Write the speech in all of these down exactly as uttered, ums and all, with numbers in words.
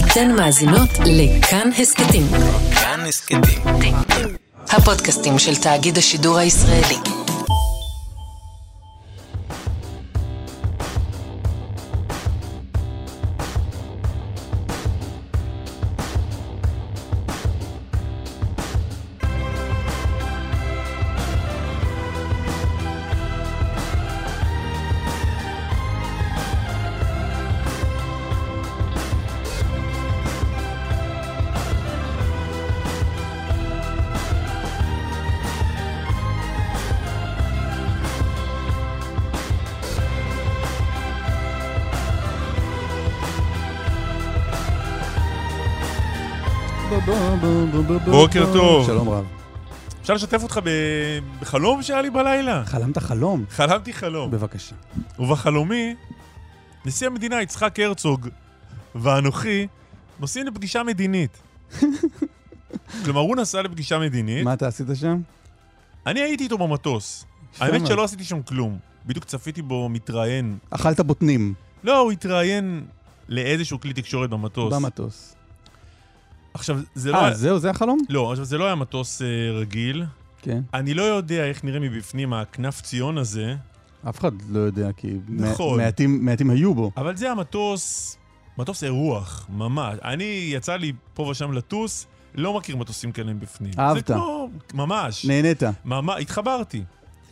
אתן מאזינות לכאן הסקטים. כאן הסקטים. הפודקאסטים של תאגיד השידור הישראלי. בוקר טוב. שלום רב. אפשר לשתף אותך בחלום שהיה לי בלילה? חלמת חלום? חלמתי חלום. בבקשה. ובחלומי, נשיא המדינה יצחק הרצוג ואנוכי נוסעים לפגישה מדינית. כלומר, הוא נסע לפגישה מדינית. מה אתה עשית שם? אני הייתי איתו במטוס. האמת שלא עשיתי שם כלום. בדיוק צפיתי בו מתראיין. אכלת בוטנים. לא, הוא התראיין לאיזשהו כלי תקשורת במטוס. במטוס. עכשיו, זה לא... אה, זהו, זה החלום? לא, עכשיו, זה לא היה מטוס אה, רגיל. כן. אני לא יודע איך נראה מבפנים הכנף ציון הזה. אף אחד לא יודע, כי נכון. מעטים, מעטים היו בו. אבל זה המטוס, מטוס אירוח, ממש. אני, יצא לי פה ושם לטוס, לא מכיר מטוסים כאלה בפנים. אהבת. זה כמו, ממש. נהנית. ממש, התחברתי.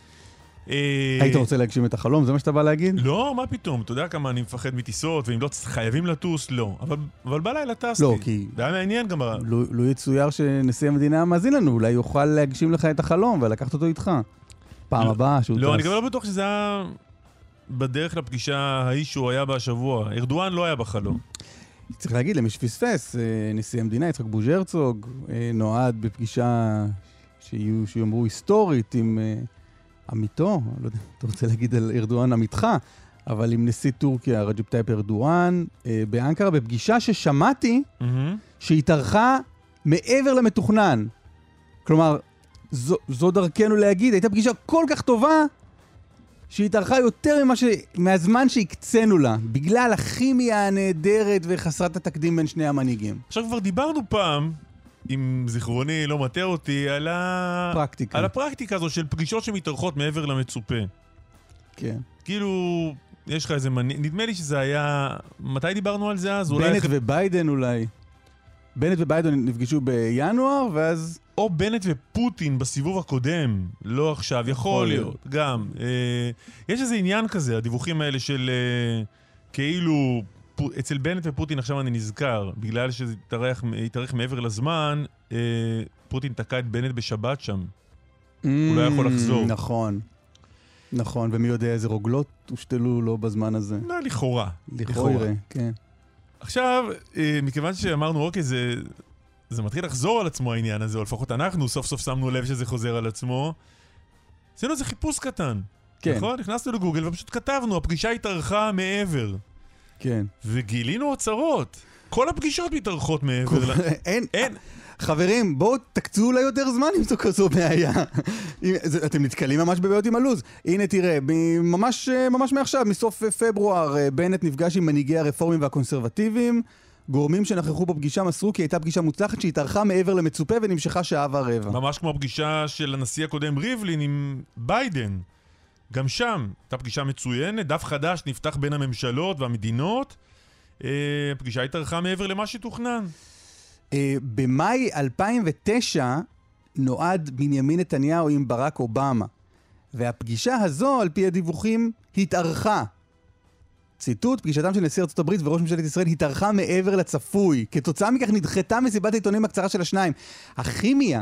היית רוצה להגשים את החלום? זה מה שאתה בא להגיד? לא, מה פתאום? אתה יודע כמה אני מפחד מטיסות, ואם לא חייבים לטוס, לא. אבל, אבל בלילה טסתי. לא, כי... זה היה מעניין גם... לא, לא יצויר שנשיא המדינה מאזין לנו, אולי יוכל להגשים לך את החלום ולקחת אותו איתך. פעם לא, הבאה שהוא לא, טס. אני גם לא בטוח שזה היה בדרך לפגישה ההיא שהוא היה בשבוע. ארדואן לא היה בחלום. צריך להגיד, למי שפספס, נשיא המדינה, יצחק בוז'י הרצוג, נועד בפגישה שיהיו, שיאמרו היסטורית עם... עמיתו, לא יודע, אתה רוצה להגיד על ארדואן עמיתך, אבל עם נשיא טורקיה, רג'פ טייפ ארדואן, אה, באנקרה, בפגישה ששמעתי, mm-hmm. שהתארכה מעבר למתוכנן. כלומר, זו, זו דרכנו להגיד, הייתה פגישה כל כך טובה, שהתארכה יותר ממה ש... מהזמן שהקצנו לה, בגלל הכימיה הנהדרת וחסרת התקדים בין שני המנהיגים. עכשיו כבר דיברנו פעם, אם זיכרוני לא מטה אותי, על, ה... פרקטיקה. על הפרקטיקה הזו של פגישות שמתארחות מעבר למצופה. כן. כאילו, יש לך איזה מנהיג, נדמה לי שזה היה... מתי דיברנו על זה אז? בנט אולי... וביידן אולי. בנט וביידן נפגשו בינואר, ואז... או בנט ופוטין בסיבוב הקודם, לא עכשיו, יכול, יכול להיות, להיות, גם. אה, יש איזה עניין כזה, הדיווחים האלה של אה, כאילו... אצל בנט ופוטין עכשיו אני נזכר, בגלל שזה יתארך מעבר לזמן, אה, פוטין תקע את בנט בשבת שם. Mm, הוא לא יכול לחזור. נכון. נכון, ומי יודע איזה רוגלות הושתלו לו בזמן הזה. לא, לכאורה. לכאורה, כן. עכשיו, אה, מכיוון שאמרנו, אוקיי, זה, זה מתחיל לחזור על עצמו העניין הזה, או לפחות אנחנו סוף סוף שמנו לב שזה חוזר על עצמו. עשינו איזה חיפוש קטן. כן. נכון? נכנסנו לגוגל ופשוט כתבנו, הפגישה התארכה מעבר. כן. וגילינו הצהרות. כל הפגישות מתארחות מעבר. אין, אין. חברים, בואו תקצו אולי יותר זמן אם זו כזו בעיה. אתם נתקלים ממש בבעיות עם הלוז. הנה תראה, ממש, ממש מעכשיו, מסוף פברואר, בנט נפגש עם מנהיגי הרפורמים והקונסרבטיביים. גורמים שנכחו בפגישה מסרו כי הייתה פגישה מוצלחת שהתארכה מעבר למצופה ונמשכה שעה ורבע. ממש כמו הפגישה של הנשיא הקודם ריבלין עם ביידן. גם שם, הייתה פגישה מצוינת, דף חדש נפתח בין הממשלות והמדינות, אה, הפגישה התארכה מעבר למה שתוכנן. אה, במאי אלפיים ותשע נועד בנימין נתניהו עם ברק אובמה, והפגישה הזו, על פי הדיווחים, התארכה. ציטוט, פגישתם של נשיא ארצות הברית וראש ממשלת ישראל התארכה מעבר לצפוי. כתוצאה מכך נדחתה מסיבת העיתונים הקצרה של השניים. הכימיה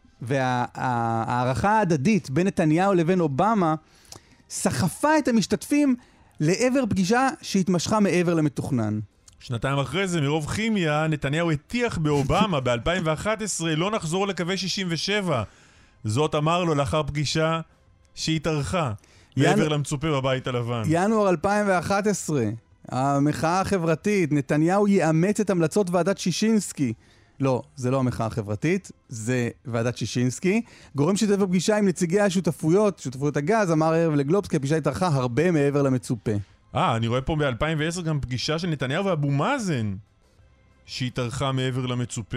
והערכה ההדדית בין נתניהו לבין אובמה, סחפה את המשתתפים לעבר פגישה שהתמשכה מעבר למתוכנן. שנתיים אחרי זה, מרוב כימיה, נתניהו הטיח באובמה ב-אלפיים ואחת עשרה לא נחזור לקווי שישים ושבע. זאת אמר לו לאחר פגישה שהתארכה מעבר ינ... למצופה בבית הלבן. ינואר אלפיים ואחת עשרה, המחאה החברתית, נתניהו יאמץ את המלצות ועדת שישינסקי. לא, זה לא המחאה החברתית, זה ועדת שישינסקי. גורם שיתף בפגישה עם נציגי השותפויות, שותפויות הגז, אמר ערב לגלובס, כי הפגישה התארכה הרבה מעבר למצופה. אה, אני רואה פה ב-אלפיים ועשר גם פגישה של נתניהו ואבו מאזן. שהתארכה מעבר למצופה.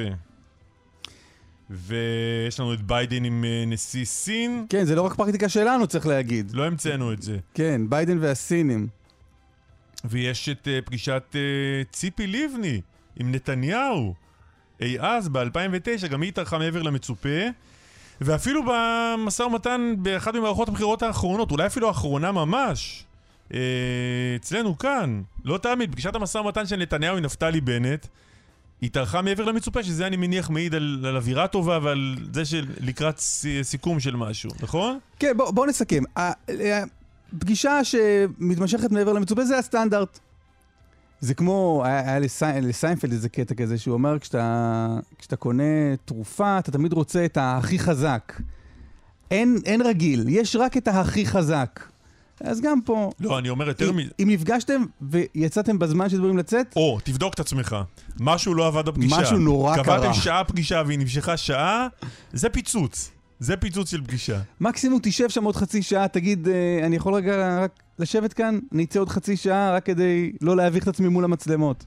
ויש לנו את ביידן עם נשיא סין. כן, זה לא רק פרקטיקה שלנו, צריך להגיד. לא המצאנו את זה. כן, ביידן והסינים. ויש את uh, פגישת uh, ציפי לבני עם נתניהו. אי אז, ב-אלפיים ותשע, גם היא התארכה מעבר למצופה. ואפילו במשא ומתן באחת ממערכות הבחירות האחרונות, אולי אפילו האחרונה ממש, uh, אצלנו כאן, לא תמיד, פגישת המשא ומתן של נתניהו עם נפתלי בנט, התארכה מעבר למצופה, שזה אני מניח מעיד על, על אווירה טובה ועל זה שלקראת סיכום של משהו, נכון? כן, בוא, בוא נסכם. הפגישה שמתמשכת מעבר למצופה זה הסטנדרט. זה כמו, היה, היה לסי, לסיינפלד איזה קטע כזה שהוא אומר, כשאתה, כשאתה קונה תרופה, אתה תמיד רוצה את הכי חזק. אין, אין רגיל, יש רק את הכי חזק. אז גם פה... לא, אני אומר יותר מ... אם נפגשתם ויצאתם בזמן שדברים לצאת... או, תבדוק את עצמך. משהו לא עבד בפגישה. משהו נורא קרה. קבעתם שעה פגישה והיא נמשכה שעה, זה פיצוץ. זה פיצוץ של פגישה. מקסימום תשב שם עוד חצי שעה, תגיד, אני יכול רגע רק לשבת כאן? אני אצא עוד חצי שעה רק כדי לא להביך את עצמי מול המצלמות.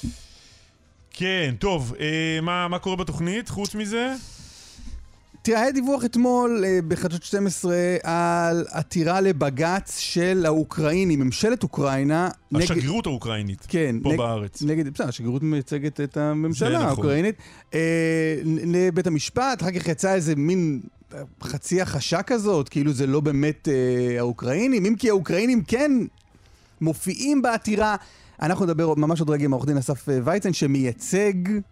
כן, טוב. אה, מה, מה קורה בתוכנית חוץ מזה? תראה, היה דיווח אתמול אה, בחדשות שתים עשרה על עתירה לבגץ של האוקראינים, ממשלת אוקראינה. השגרירות נגד... האוקראינית, כן, פה נג... בארץ. נגד, בסדר, השגרירות מייצגת את הממשלה האוקראינית. אה, לבית המשפט, אחר כך יצא איזה מין חצי החשה כזאת, כאילו זה לא באמת אה, האוקראינים, אם כי האוקראינים כן מופיעים בעתירה. אנחנו נדבר ממש עוד רגע עם העורך דין אסף וייצן, שמייצג...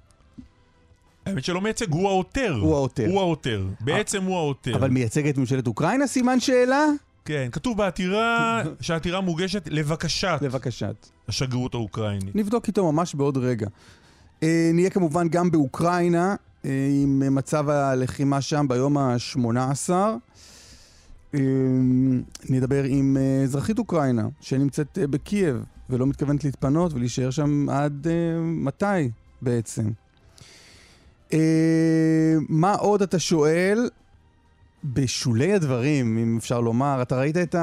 האמת שלא מייצג, הוא העותר. הוא העותר. הוא העותר. בעצם הוא העותר. אבל מייצג את ממשלת אוקראינה, סימן שאלה? כן, כתוב בעתירה שהעתירה מוגשת לבקשת. לבקשת. השגרירות האוקראינית. נבדוק איתו ממש בעוד רגע. אה, נהיה כמובן גם באוקראינה, אה, עם מצב הלחימה שם ביום ה-שמונה עשר. אה, נדבר עם אה, אזרחית אוקראינה, שנמצאת אה, בקייב, ולא מתכוונת להתפנות ולהישאר שם עד אה, מתי בעצם. Uh, מה עוד אתה שואל? בשולי הדברים, אם אפשר לומר, אתה ראית את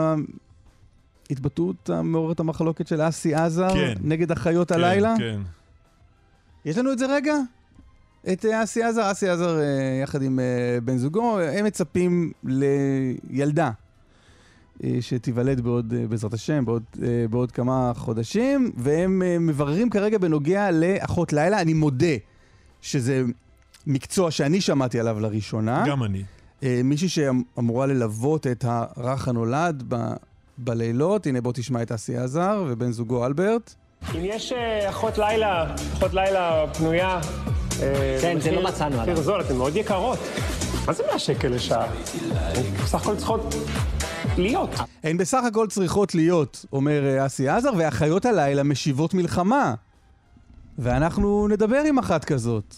ההתבטאות המעוררת המחלוקת של אסי עזר כן. נגד החיות כן, הלילה? כן. יש לנו את זה רגע? את אסי עזר, אסי עזר uh, יחד עם uh, בן זוגו, הם מצפים לילדה uh, שתיוולד בעוד, uh, בעזרת השם, בעוד, uh, בעוד כמה חודשים, והם uh, מבררים כרגע בנוגע לאחות לילה. אני מודה שזה מקצוע שאני שמעתי עליו לראשונה. גם אני. מישהי שאמורה ללוות את הרך הנולד ב- בלילות. הנה בוא תשמע את אסי עזר ובן זוגו אלברט. אם יש אחות לילה, אחות לילה פנויה... כן, זה לא מצאנו עליו. מחיר זול, אתן מאוד יקרות. מה זה מאה שקל לשעה? בסך הכל צריכות להיות. הן בסך הכל צריכות להיות, אומר אסי עזר, והחיות הלילה משיבות מלחמה. ואנחנו נדבר עם אחת כזאת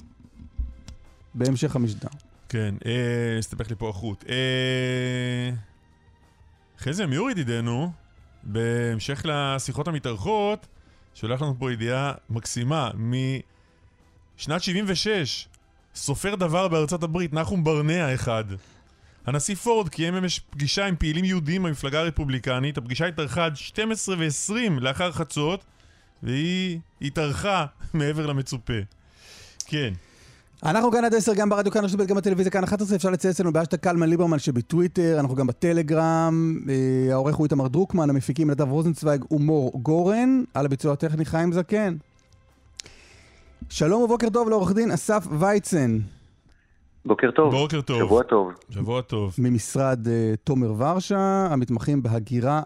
בהמשך המשדר. כן, אה, סתפך לי פה החוט. אה, חזי אמיר ידידנו, בהמשך לשיחות המתארכות, שולח לנו פה ידיעה מקסימה משנת שבעים ושש, סופר דבר בארצות הברית, נחום ברנע אחד. הנשיא פורד קיים אמש פגישה עם פעילים יהודים במפלגה הרפובליקנית. הפגישה התארכה עד שתים עשרה ועשרים לאחר חצות, והיא התארכה מעבר למצופה. כן. אנחנו כאן עד עשר, גם ברדיו כאן רשת ב', גם בטלוויזיה כאן אחת עשרה, אפשר לצייץ אצלנו בהשטג קלמן ליברמן שבטוויטר, אנחנו גם בטלגרם, אה, העורך הוא איתמר דרוקמן, המפיקים נדב רוזנצוויג ומור גורן, על הביצוע הטכני חיים זקן. שלום ובוקר טוב לעורך דין אסף וייצן. בוקר טוב. בוקר טוב. שבוע טוב. שבוע טוב. ממשרד uh, תומר ורשה, המתמחים בהגירה,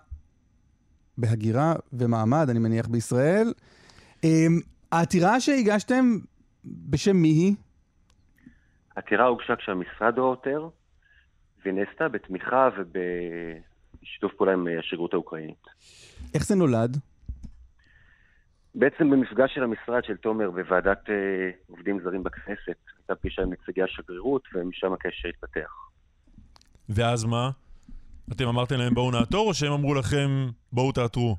בהגירה ומעמד, אני מניח, בישראל. Um, העתירה שהגשתם בשם מי היא? העתירה הוגשה כשהמשרד הוא העותר, והיא נעשתה בתמיכה ובשיתוף פעולה עם השגרירות האוקראינית. איך זה נולד? בעצם במפגש של המשרד של תומר בוועדת אה, עובדים זרים בכנסת, הייתה פגישה עם נציגי השגרירות, ומשם הקשר התפתח. ואז מה? אתם אמרתם להם בואו נעתור, או שהם אמרו לכם בואו תעתרו?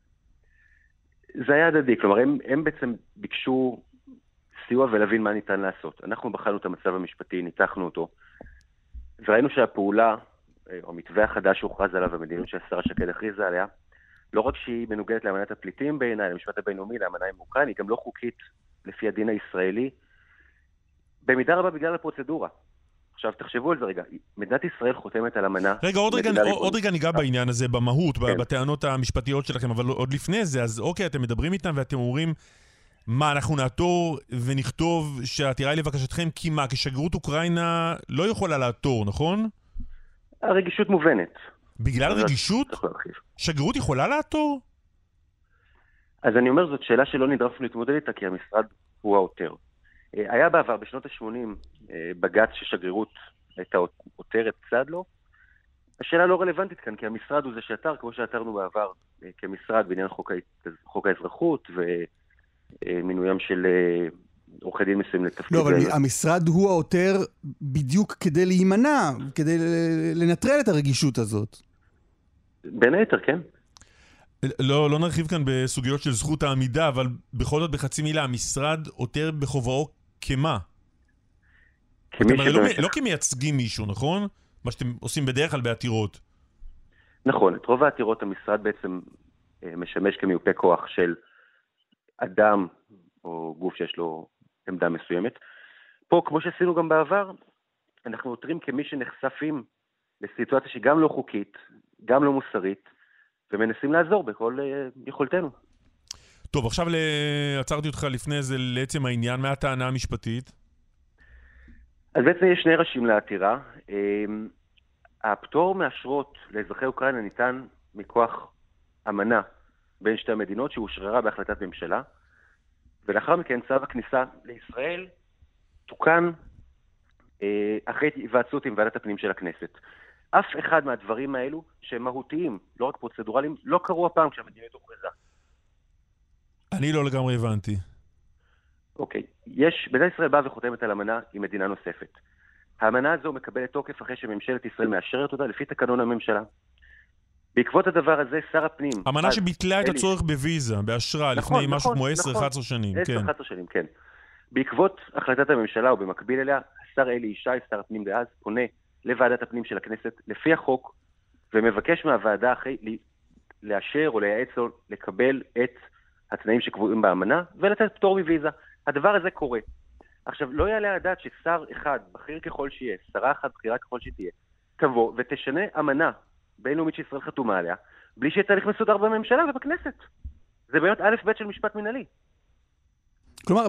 זה היה הדדי, כלומר הם, הם בעצם ביקשו סיוע ולהבין מה ניתן לעשות. אנחנו בחנו את המצב המשפטי, ניתחנו אותו, וראינו שהפעולה, או המתווה החדש שהוכרז עליו, המדיניות שהשרה שקד הכריזה עליה, לא רק שהיא מנוגדת לאמנת הפליטים בעיניי, למשפט הבינלאומי, לאמנה עם אוקראינה, היא גם לא חוקית לפי הדין הישראלי, במידה רבה בגלל הפרוצדורה. עכשיו, תחשבו על זה רגע. מדינת ישראל חותמת על אמנה... רגע, עוד רגע, עוד רגע ניגע בעניין הזה, במהות, כן. בטענות המשפטיות שלכם, אבל עוד לפני זה, אז אוקיי, אתם מדברים איתם ואתם אומרים, מה, אנחנו נעתור ונכתוב שהעתירה היא לבקשתכם, כי מה, כשגרירות אוקראינה לא יכולה לעתור, נכון? הרגישות מובנת. בגלל רגישות? שגרירות יכולה לעתור? אז אני אומר, זאת שאלה שלא נדרשנו להתמודד איתה, כי המשרד הוא העותר. היה בעבר, בשנות ה-שמונים, בג"ץ ששגרירות הייתה עותרת צד לו. השאלה לא רלוונטית כאן, כי המשרד הוא זה שעתר, כמו שעתרנו בעבר כמשרד בעניין חוק, חוק האזרחות ומינוים של עורכי דין מסוים לתפקיד. לא, אבל המשרד הוא העותר בדיוק כדי להימנע, כדי לנטרל את הרגישות הזאת. בין היתר, כן. לא, לא נרחיב כאן בסוגיות של זכות העמידה, אבל בכל זאת בחצי מילה, המשרד עותר בחוברו כמה? אתם הרי לא, לא כמייצגים מישהו, נכון? מה שאתם עושים בדרך כלל בעתירות. נכון, את רוב העתירות המשרד בעצם משמש כמיופה כוח של אדם או גוף שיש לו עמדה מסוימת. פה, כמו שעשינו גם בעבר, אנחנו עותרים כמי שנחשפים לסיטואציה שגם לא חוקית, גם לא מוסרית, ומנסים לעזור בכל uh, יכולתנו. טוב, עכשיו עצרתי אותך לפני זה לעצם העניין, מה הטענה המשפטית? אז בעצם יש שני ראשים לעתירה. Um, הפטור מאשרות לאזרחי אוקראינה ניתן מכוח אמנה בין שתי המדינות שאושררה בהחלטת ממשלה, ולאחר מכן צו הכניסה לישראל תוקן uh, אחרי היוועצות עם ועדת הפנים של הכנסת. אף אחד מהדברים האלו שהם מהותיים, לא רק פרוצדורליים, לא קרו הפעם כשהמדיניות הוכרזה. אני לא לגמרי הבנתי. אוקיי. יש, מדינת ישראל באה וחותמת על אמנה עם מדינה נוספת. האמנה הזו מקבלת תוקף אחרי שממשלת ישראל מאשרת אותה לפי תקנון הממשלה. בעקבות הדבר הזה, שר הפנים... אמנה שביטלה את הצורך בוויזה, באשרה, לפני משהו כמו עשר עד אחת עשרה שנים. עשר עד אחת עשרה שנים, כן. בעקבות החלטת הממשלה או במקביל אליה, השר אלי ישי, שר הפנים דאז, פונה לוועדת הפנים של הכנסת, לפי החוק, ומבקש מהוועדה אחרי לאשר או לייעץ או לקבל את התנאים שקבועים באמנה, ולתת פטור מוויזה. הדבר הזה קורה. עכשיו, לא יעלה הדעת ששר אחד, בכיר ככל שיהיה, שרה אחת בכירה ככל שתהיה, תבוא ותשנה אמנה בינלאומית שישראל חתומה עליה, בלי שיהיה תהליך מסודר בממשלה ובכנסת. זה באמת א' ב' של משפט מנהלי. כלומר,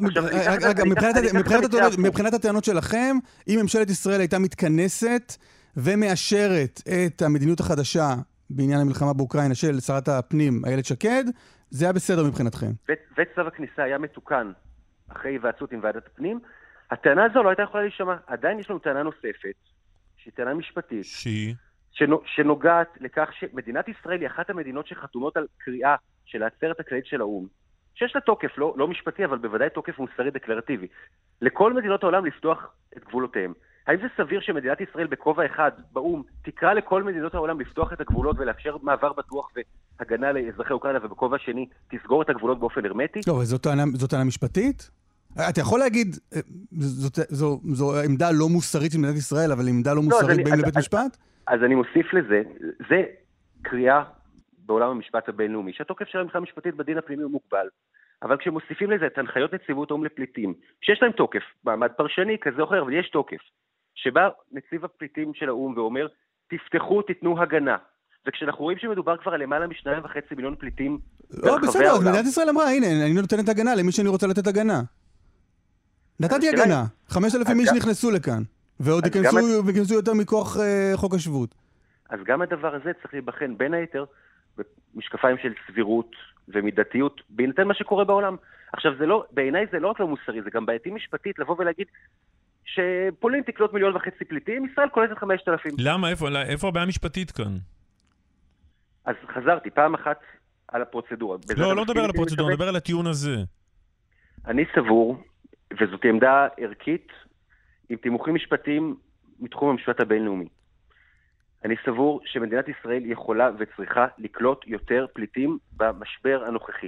מבחינת הטענות שלכם, אם ממשלת ישראל הייתה מתכנסת ומאשרת את המדיניות החדשה בעניין המלחמה באוקראינה של שרת הפנים איילת שקד, זה היה בסדר מבחינתכם. וצו הכניסה היה מתוקן אחרי היוועצות עם ועדת הפנים, הטענה הזו לא הייתה יכולה להישמע. עדיין יש לנו טענה נוספת, שהיא טענה משפטית, שהיא? שנוגעת לכך שמדינת ישראל היא אחת המדינות שחתומות על קריאה של העצרת הכללית של האו"ם, שיש לה תוקף, לא, לא משפטי, אבל בוודאי תוקף מוסרי דקלרטיבי, לכל מדינות העולם לפתוח את גבולותיהם. האם זה סביר שמדינת ישראל בכובע אחד באו"ם תקרא לכל מדינות העולם לפתוח את הגבולות ולאפשר מעבר בטוח והגנה לאזרחי אוקראינה, ובכובע שני תסגור את הגבולות באופן הרמטי? לא, אבל זאת טענה, זאת טענה משפטית? אתה יכול להגיד, זאת, זו, זו עמדה לא מוסרית של מדינת ישראל, אבל עמדה לא מוסרית לא, באים לבית אז, משפט? אז אני מוסיף לזה, זה קריאה בעולם המשפט הבינלאומי, שהתוקף של המלחמה המשפטית בדין הפנימי הוא מוגבל. אבל כשמוסיפים לזה את הנחיות נציבות האו"ם לפליטים, שיש להם תוקף, מעמד פרשני כזה או אחר, אבל יש תוקף, שבא נציב הפליטים של האו"ם ואומר, תפתחו, תיתנו הגנה. וכשאנחנו רואים שמדובר כבר על למעלה משניים וחצי מיליון פליטים לא, בסדר, אז מדינת ישראל אמרה, הנה, אני נותנת הגנה למי שאני רוצה לתת הגנה. נתתי הגנה, חמשת אלפים איש נכנסו לכאן, ועוד יכנסו יותר מכוח חוק השבות. אז גם הדבר הזה צריך להיבחן בין היתר, במשקפיים של סבירות ומידתיות, בהינתן מה שקורה בעולם. עכשיו, זה לא, בעיניי זה לא רק לא מוסרי, זה גם בעייתי משפטית לבוא ולהגיד שפולין תקלוט מיליון וחצי פליטים, ישראל קולטת חמשת אלפים. למה? איפה, איפה הבעיה המשפטית כאן? אז חזרתי, פעם אחת על הפרוצדורה. לא, לא מדבר על הפרוצדורה, מדבר על הטיעון הזה. אני סבור, וזאת עמדה ערכית, עם תימוכים משפטיים מתחום המשפט הבינלאומי. אני סבור שמדינת ישראל יכולה וצריכה לקלוט יותר פליטים במשבר הנוכחי.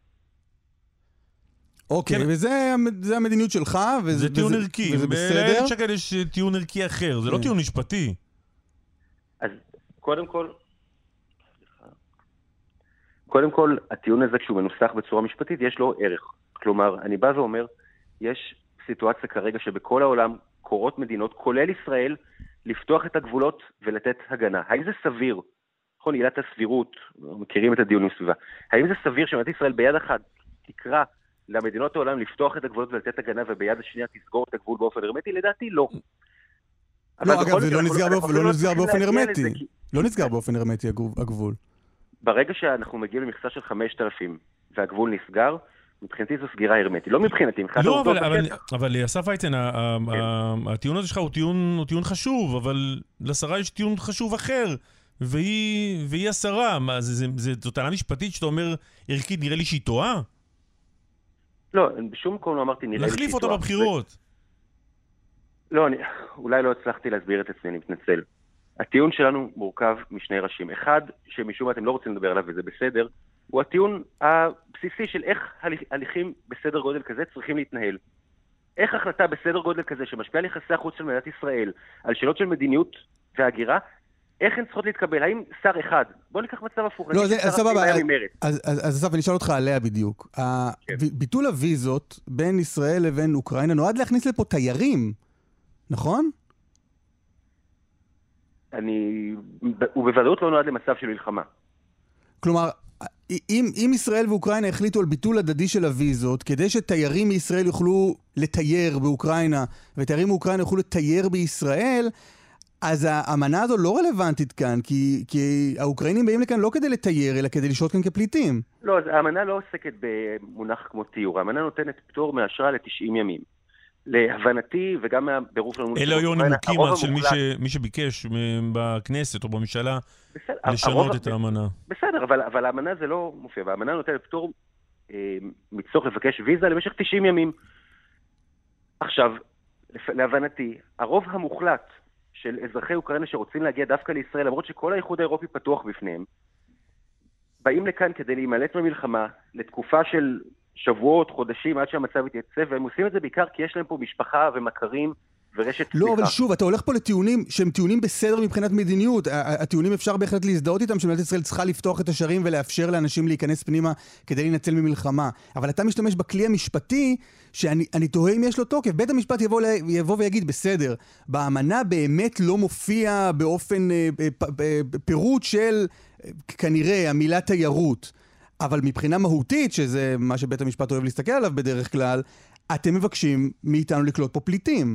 אוקיי, וזה המדיניות שלך, זה טיעון ערכי. באיילת שקד יש טיעון ערכי אחר, זה לא טיעון משפטי. אז קודם כל, קודם כל, הטיעון הזה כשהוא מנוסח בצורה משפטית, יש לו ערך. כלומר, אני בא ואומר, יש סיטואציה כרגע שבכל העולם קורות מדינות, כולל ישראל, לפתוח את הגבולות ולתת הגנה. האם זה סביר? נכון, עילת הסבירות, מכירים את הדיונים סביבה. האם זה סביר שמדינת ישראל ביד אחת תקרא למדינות העולם לפתוח את הגבולות ולתת הגנה, וביד השנייה תסגור את הגבול באופן הרמטי? לדעתי לא. לא, אגב, זה לא נסגר באופן הרמטי. לא נסגר באופן הרמטי הגבול. ברגע שאנחנו מגיעים למכסה של חמשת אלפים והגבול נסגר, מבחינתי זו סגירה הרמטית. לא מבחינתי. לא, אבל אסף וייצן, הטיעון הזה שלך הוא טיעון חשוב, אבל לשרה יש טיעון חשוב אחר, והיא השרה. זו טענה משפטית שאתה אומר, ערכית, נראה לי שהיא טועה? לא, בשום מקום לא אמרתי נראה לי שהיא טועה. להחליף אותה בבחירות. לא, אולי לא הצלחתי להסביר את עצמי, אני מתנצל. הטיעון שלנו מורכב משני ראשים. אחד, שמשום מה אתם לא רוצים לדבר עליו וזה בסדר, הוא הטיעון הבסיסי של איך הליכים בסדר גודל כזה צריכים להתנהל. איך החלטה בסדר גודל כזה שמשפיעה על יחסי החוץ של מדינת ישראל, על שאלות של מדיניות והגירה, איך הן צריכות להתקבל? האם שר אחד? בוא ניקח מצב הפוך. לא, זה סבבה. אז אסף, אני אשאל אותך עליה בדיוק. ביטול הוויזות בין ישראל לבין אוקראינה נועד להכניס לפה תיירים, נכון? אני... הוא בוודאות לא נועד למצב של מלחמה. כלומר, אם, אם ישראל ואוקראינה החליטו על ביטול הדדי של הוויזות, כדי שתיירים מישראל יוכלו לתייר באוקראינה, ותיירים מאוקראינה יוכלו לתייר בישראל, אז האמנה הזו לא רלוונטית כאן, כי, כי האוקראינים באים לכאן לא כדי לתייר, אלא כדי לשהות כאן כפליטים. לא, אז האמנה לא עוסקת במונח כמו תיור. האמנה נותנת פטור מאשרה ל-תשעים ימים. להבנתי, וגם מהבירור שלנו... אלה היו נימוקים אז של מי, ש... מי שביקש בכנסת או בממשלה בסדר, לשנות את האמנה. בסדר, אבל, אבל האמנה זה לא מופיע, והאמנה נותנת פטור אה, מצורך לבקש ויזה למשך תשעים ימים. עכשיו, להבנתי, הרוב המוחלט של אזרחי אוקראינה שרוצים להגיע דווקא לישראל, למרות שכל האיחוד האירופי פתוח בפניהם, באים לכאן כדי להימלט ממלחמה לתקופה של שבועות, חודשים, עד שהמצב יתייצב, והם עושים את זה בעיקר כי יש להם פה משפחה ומכרים ורשת צמיחה. לא, אבל שוב, אתה הולך פה לטיעונים שהם טיעונים בסדר מבחינת מדיניות. הטיעונים אפשר בהחלט להזדהות איתם, שמדינת ישראל צריכה לפתוח את השערים ולאפשר לאנשים להיכנס פנימה כדי להינצל ממלחמה. אבל אתה משתמש בכלי המשפטי, שאני תוהה אם יש לו תוקף. בית המשפט יבוא, יבוא ויגיד, בסדר, באמנה באמת לא מופיע באופן פירוט של, כנראה, המילה תיירות. אבל מבחינה מהותית, שזה מה שבית המשפט אוהב להסתכל עליו בדרך כלל, אתם מבקשים מאיתנו לקלוט פה פליטים.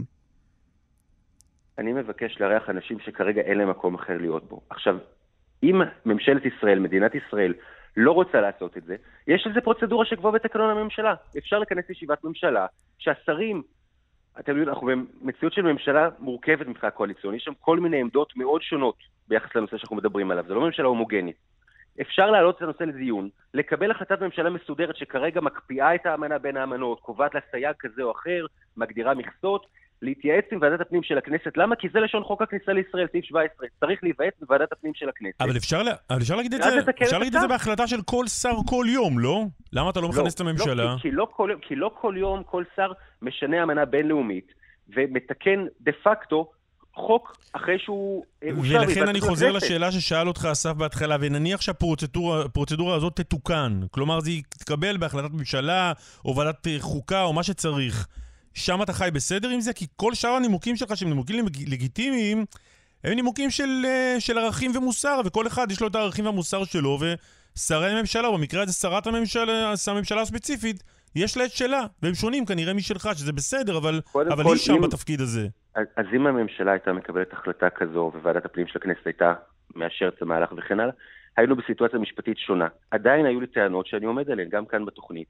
אני מבקש לארח אנשים שכרגע אין להם מקום אחר להיות בו. עכשיו, אם ממשלת ישראל, מדינת ישראל, לא רוצה לעשות את זה, יש לזה פרוצדורה שקבועה בתקנון הממשלה. אפשר לכנס ישיבת ממשלה, שהשרים, אתם יודעים, אנחנו במציאות של ממשלה מורכבת מבחינה קואליציונית, יש שם כל מיני עמדות מאוד שונות ביחס לנושא שאנחנו מדברים עליו. זה לא ממשלה הומוגנית. אפשר להעלות את הנושא לדיון, לקבל החלטת ממשלה מסודרת שכרגע מקפיאה את האמנה בין האמנות, קובעת לה סייג כזה או אחר, מגדירה מכסות, להתייעץ עם ועדת הפנים של הכנסת. למה? כי זה לשון חוק הכניסה לישראל, סעיף שבע עשרה. צריך להיוועץ בוועדת הפנים של הכנסת. אבל אפשר, אבל אפשר להגיד את זה, אפשר להגיד את זה בהחלטה של כל שר כל יום, לא? למה אתה לא מכנס את הממשלה? לא, כי, כי, לא כל, כי לא כל יום כל שר משנה אמנה בינלאומית, ומתקן דה פקטו חוק אחרי שהוא... ולכן אני חוזר לשאלה ששאל אותך אסף בהתחלה, ונניח שהפרוצדורה הזאת תתוקן, כלומר זה יתקבל בהחלטת ממשלה או ועדת חוקה או מה שצריך, שם אתה חי בסדר עם זה? כי כל שאר הנימוקים שלך שהם נימוקים לגיטימיים, הם נימוקים של, של ערכים ומוסר, וכל אחד יש לו את הערכים והמוסר שלו, ושרי הממשלה, במקרה הזה שרת הממשלה, הממשלה הספציפית, יש לה את שלה, והם שונים כנראה משלך, שזה בסדר, אבל, אבל היא שם אם... בתפקיד הזה. אז אם הממשלה הייתה מקבלת החלטה כזו, וועדת הפנים של הכנסת הייתה מאשרת את המהלך וכן הלאה, היינו בסיטואציה משפטית שונה. עדיין היו לי טענות שאני עומד עליהן, גם כאן בתוכנית,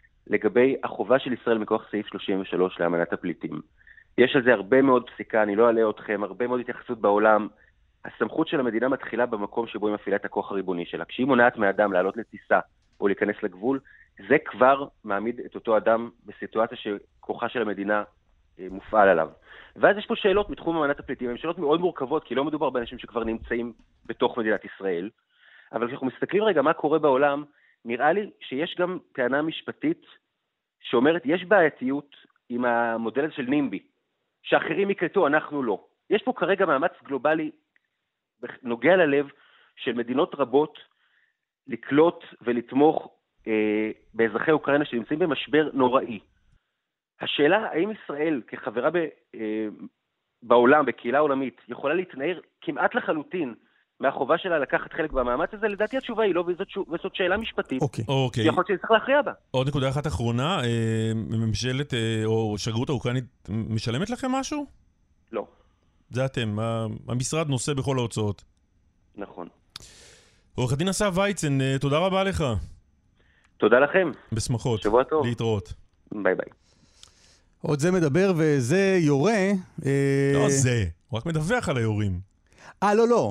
לגבי החובה של ישראל מכוח סעיף שלושים ושלוש לאמנת הפליטים. יש על זה הרבה מאוד פסיקה, אני לא אעלה אתכם, הרבה מאוד התייחסות בעולם. הסמכות של המדינה מתחילה במקום שבו היא מפעילה את הכוח הריבוני שלה. כשהיא מונעת מאדם לעלות לטיסה או להיכנס לגבול, זה כבר מעמיד את אותו אדם בסיטואציה שכוחה של המדינה מופעל עליו. ואז יש פה שאלות מתחום אמנת הפליטים, הן שאלות מאוד מורכבות, כי לא מדובר באנשים שכבר נמצאים בתוך מדינת ישראל. אבל כשאנחנו מסתכלים רגע מה קורה בעולם, נראה לי שיש גם טענה משפטית שאומרת, יש בעייתיות עם המודל הזה של נימבי, שאחרים יקלטו, אנחנו לא. יש פה כרגע מאמץ גלובלי נוגע ללב של מדינות רבות לקלוט ולתמוך אה, באזרחי אוקראינה שנמצאים במשבר נוראי. השאלה, האם ישראל כחברה ב, אה, בעולם, בקהילה העולמית, יכולה להתנער כמעט לחלוטין מהחובה שלה לקחת חלק במאמץ הזה? לדעתי התשובה היא לא, וזאת, וזאת שאלה משפטית. אוקיי. אוקיי. יכול להיות שצריך להכריע בה. עוד נקודה אחת אחרונה, אה, ממשלת אה, או שגרירות האוקראינית משלמת לכם משהו? לא. זה אתם, המשרד נושא בכל ההוצאות. נכון. עורך הדין אסף וייצן, אה, תודה רבה לך. תודה לכם. בשמחות. שבוע טוב. להתראות. ביי ביי. עוד זה מדבר וזה יורה. לא זה, הוא רק מדווח על היורים. אה, לא, לא.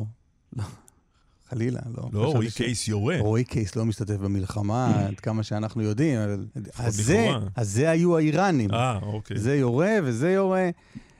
חלילה, לא. לא, רועי קייס יורה. רועי קייס לא משתתף במלחמה, עד כמה שאנחנו יודעים. אז לכאורה. זה היו האיראנים. אה, אוקיי. זה יורה וזה יורה.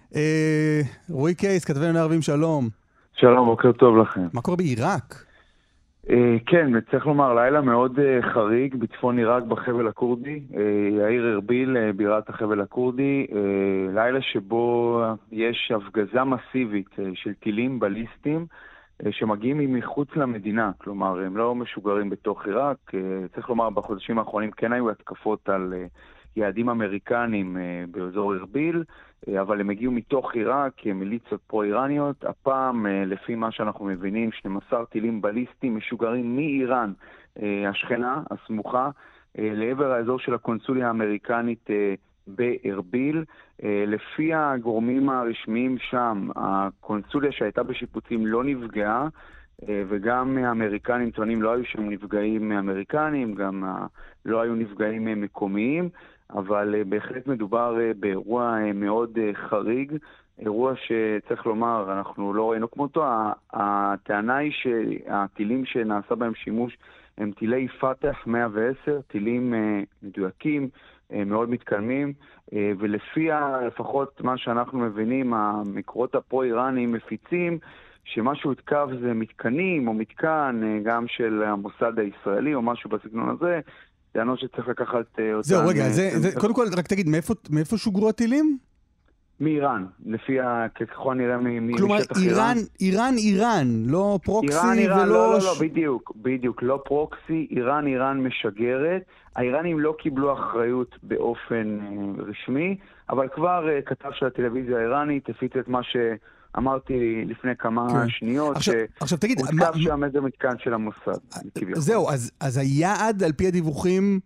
רועי קייס, כתבנו לערבים, שלום. שלום, בוקר טוב לכם. מה קורה בעיראק? כן, צריך לומר, לילה מאוד חריג בצפון עיראק בחבל הקורדי, העיר ארביל, בירת החבל הקורדי, לילה שבו יש הפגזה מסיבית של טילים בליסטיים שמגיעים מחוץ למדינה, כלומר הם לא משוגרים בתוך עיראק. צריך לומר, בחודשים האחרונים כן היו התקפות על יעדים אמריקנים באזור ארביל, אבל הם הגיעו מתוך עיראק כמיליציות פרו-איראניות. הפעם, לפי מה שאנחנו מבינים, שנים עשר טילים בליסטיים משוגרים מאיראן, השכנה, הסמוכה, לעבר האזור של הקונסוליה האמריקנית בארביל. לפי הגורמים הרשמיים שם, הקונסוליה שהייתה בשיפוצים לא נפגעה, וגם האמריקנים טוענים לא היו שם נפגעים אמריקנים, גם לא היו נפגעים מקומיים, אבל בהחלט מדובר באירוע מאוד חריג, אירוע שצריך לומר, אנחנו לא ראינו כמותו. הטענה היא שהטילים שנעשה בהם שימוש הם טילי פתח מאה ועשר, טילים מדויקים, מאוד מתקדמים, ולפי לפחות מה שאנחנו מבינים, המקורות הפרו-איראניים מפיצים שמה שהותקף זה מתקנים או מתקן גם של המוסד הישראלי או משהו בסגנון הזה. טענות שצריך לקחת אותם. זהו, רגע, זה, זה, קודם כל רק תגיד, מאיפה, מאיפה שוגרו הטילים? מאיראן, לפי ככל נראה משטח איראן. כלומר, איראן, איראן, איראן, לא פרוקסי איראן, איראן, ולא... לא, לא, לא, בדיוק, בדיוק, לא פרוקסי, איראן, איראן משגרת. האיראנים לא קיבלו אחריות באופן אה, רשמי, אבל כבר אה, כתב של הטלוויזיה האיראנית, הפיץ את מה שאמרתי לפני כמה כן. שניות, עכשיו, עכשיו תגיד, הותקף מה... שם איזה מתקן של המוסד. זהו, אז, אז היעד על פי הדיווחים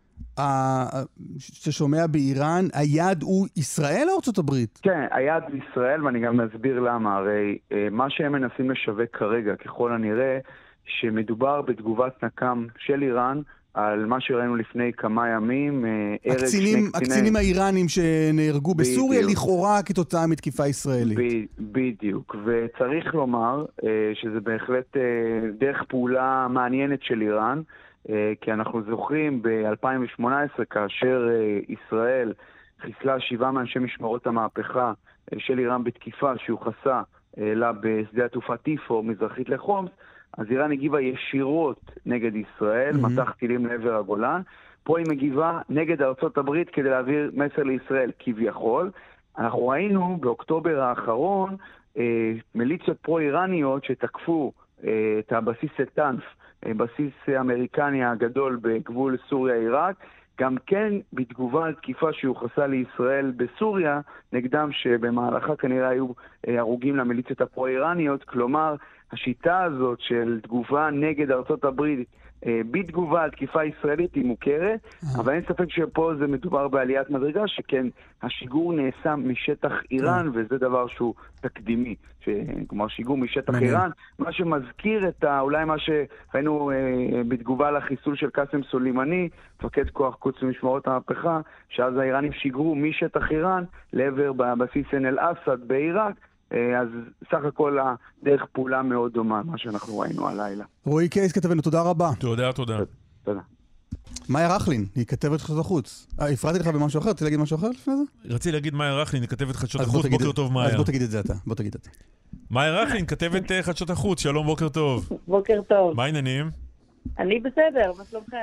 ששומע באיראן, היעד הוא ישראל או ארצות הברית? כן, היעד הוא ישראל, ואני גם מסביר למה. הרי מה שהם מנסים לשווק כרגע, ככל הנראה, שמדובר בתגובת נקם של איראן, על מה שראינו לפני כמה ימים, הקצינים, הקצינים האיראנים שנהרגו בסוריה, לכאורה כתוצאה מתקיפה ישראלית. בדיוק, וצריך לומר שזה בהחלט דרך פעולה מעניינת של איראן, כי אנחנו זוכרים ב-אלפיים שמונה עשרה, כאשר ישראל חיסלה שבעה מאנשי משמרות המהפכה של איראן בתקיפה שיוחסה לה בשדה התעופה טיפו, מזרחית לחומס, אז איראן הגיבה ישירות נגד ישראל, mm-hmm. מטח טילים לעבר הגולן. פה היא מגיבה נגד ארצות הברית כדי להעביר מסר לישראל כביכול. אנחנו ראינו באוקטובר האחרון אה, מיליציות פרו-איראניות שתקפו אה, את הבסיס טנף, אה, בסיס אמריקני הגדול בגבול סוריה-עיראק, גם כן בתגובה על תקיפה שיוחסה לישראל בסוריה, נגדם שבמהלכה כנראה היו הרוגים למיליציות הפרו-איראניות. כלומר, השיטה הזאת של תגובה נגד ארצות הברית בתגובה על תקיפה ישראלית היא מוכרת, אבל אין ספק שפה זה מדובר בעליית מדרגה, שכן השיגור נעשה משטח איראן, וזה דבר שהוא תקדימי, כלומר שיגור משטח איראן, מה שמזכיר את אולי מה שראינו בתגובה לחיסול של קאסם סולימני, מפקד כוח קודס ומשמרות המהפכה, שאז האיראנים שיגרו משטח איראן לעבר בבסיס עין אל-אסד בעיראק. אז סך הכל הדרך פעולה מאוד דומה, מה שאנחנו ראינו הלילה. רועי קייס כתבנו, תודה רבה. תודה, תודה. תודה. מאיה רכלין, היא כתבת חדשות החוץ. הפרעתי לך במשהו אחר? רציתי להגיד משהו אחר לפני זה? רציתי להגיד מאיה רכלין, היא כתבת חדשות החוץ. בוקר טוב, מאיה. אז בוא תגיד את זה אתה, בוא תגיד את זה. מאיה רכלין, כתבת חדשות החוץ, שלום, בוקר טוב. בוקר טוב. מה העניינים? אני בסדר, מה שלומכם?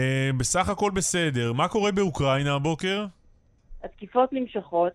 בסך הכל בסדר. מה קורה באוקראינה הבוקר? התקיפות נמשכות,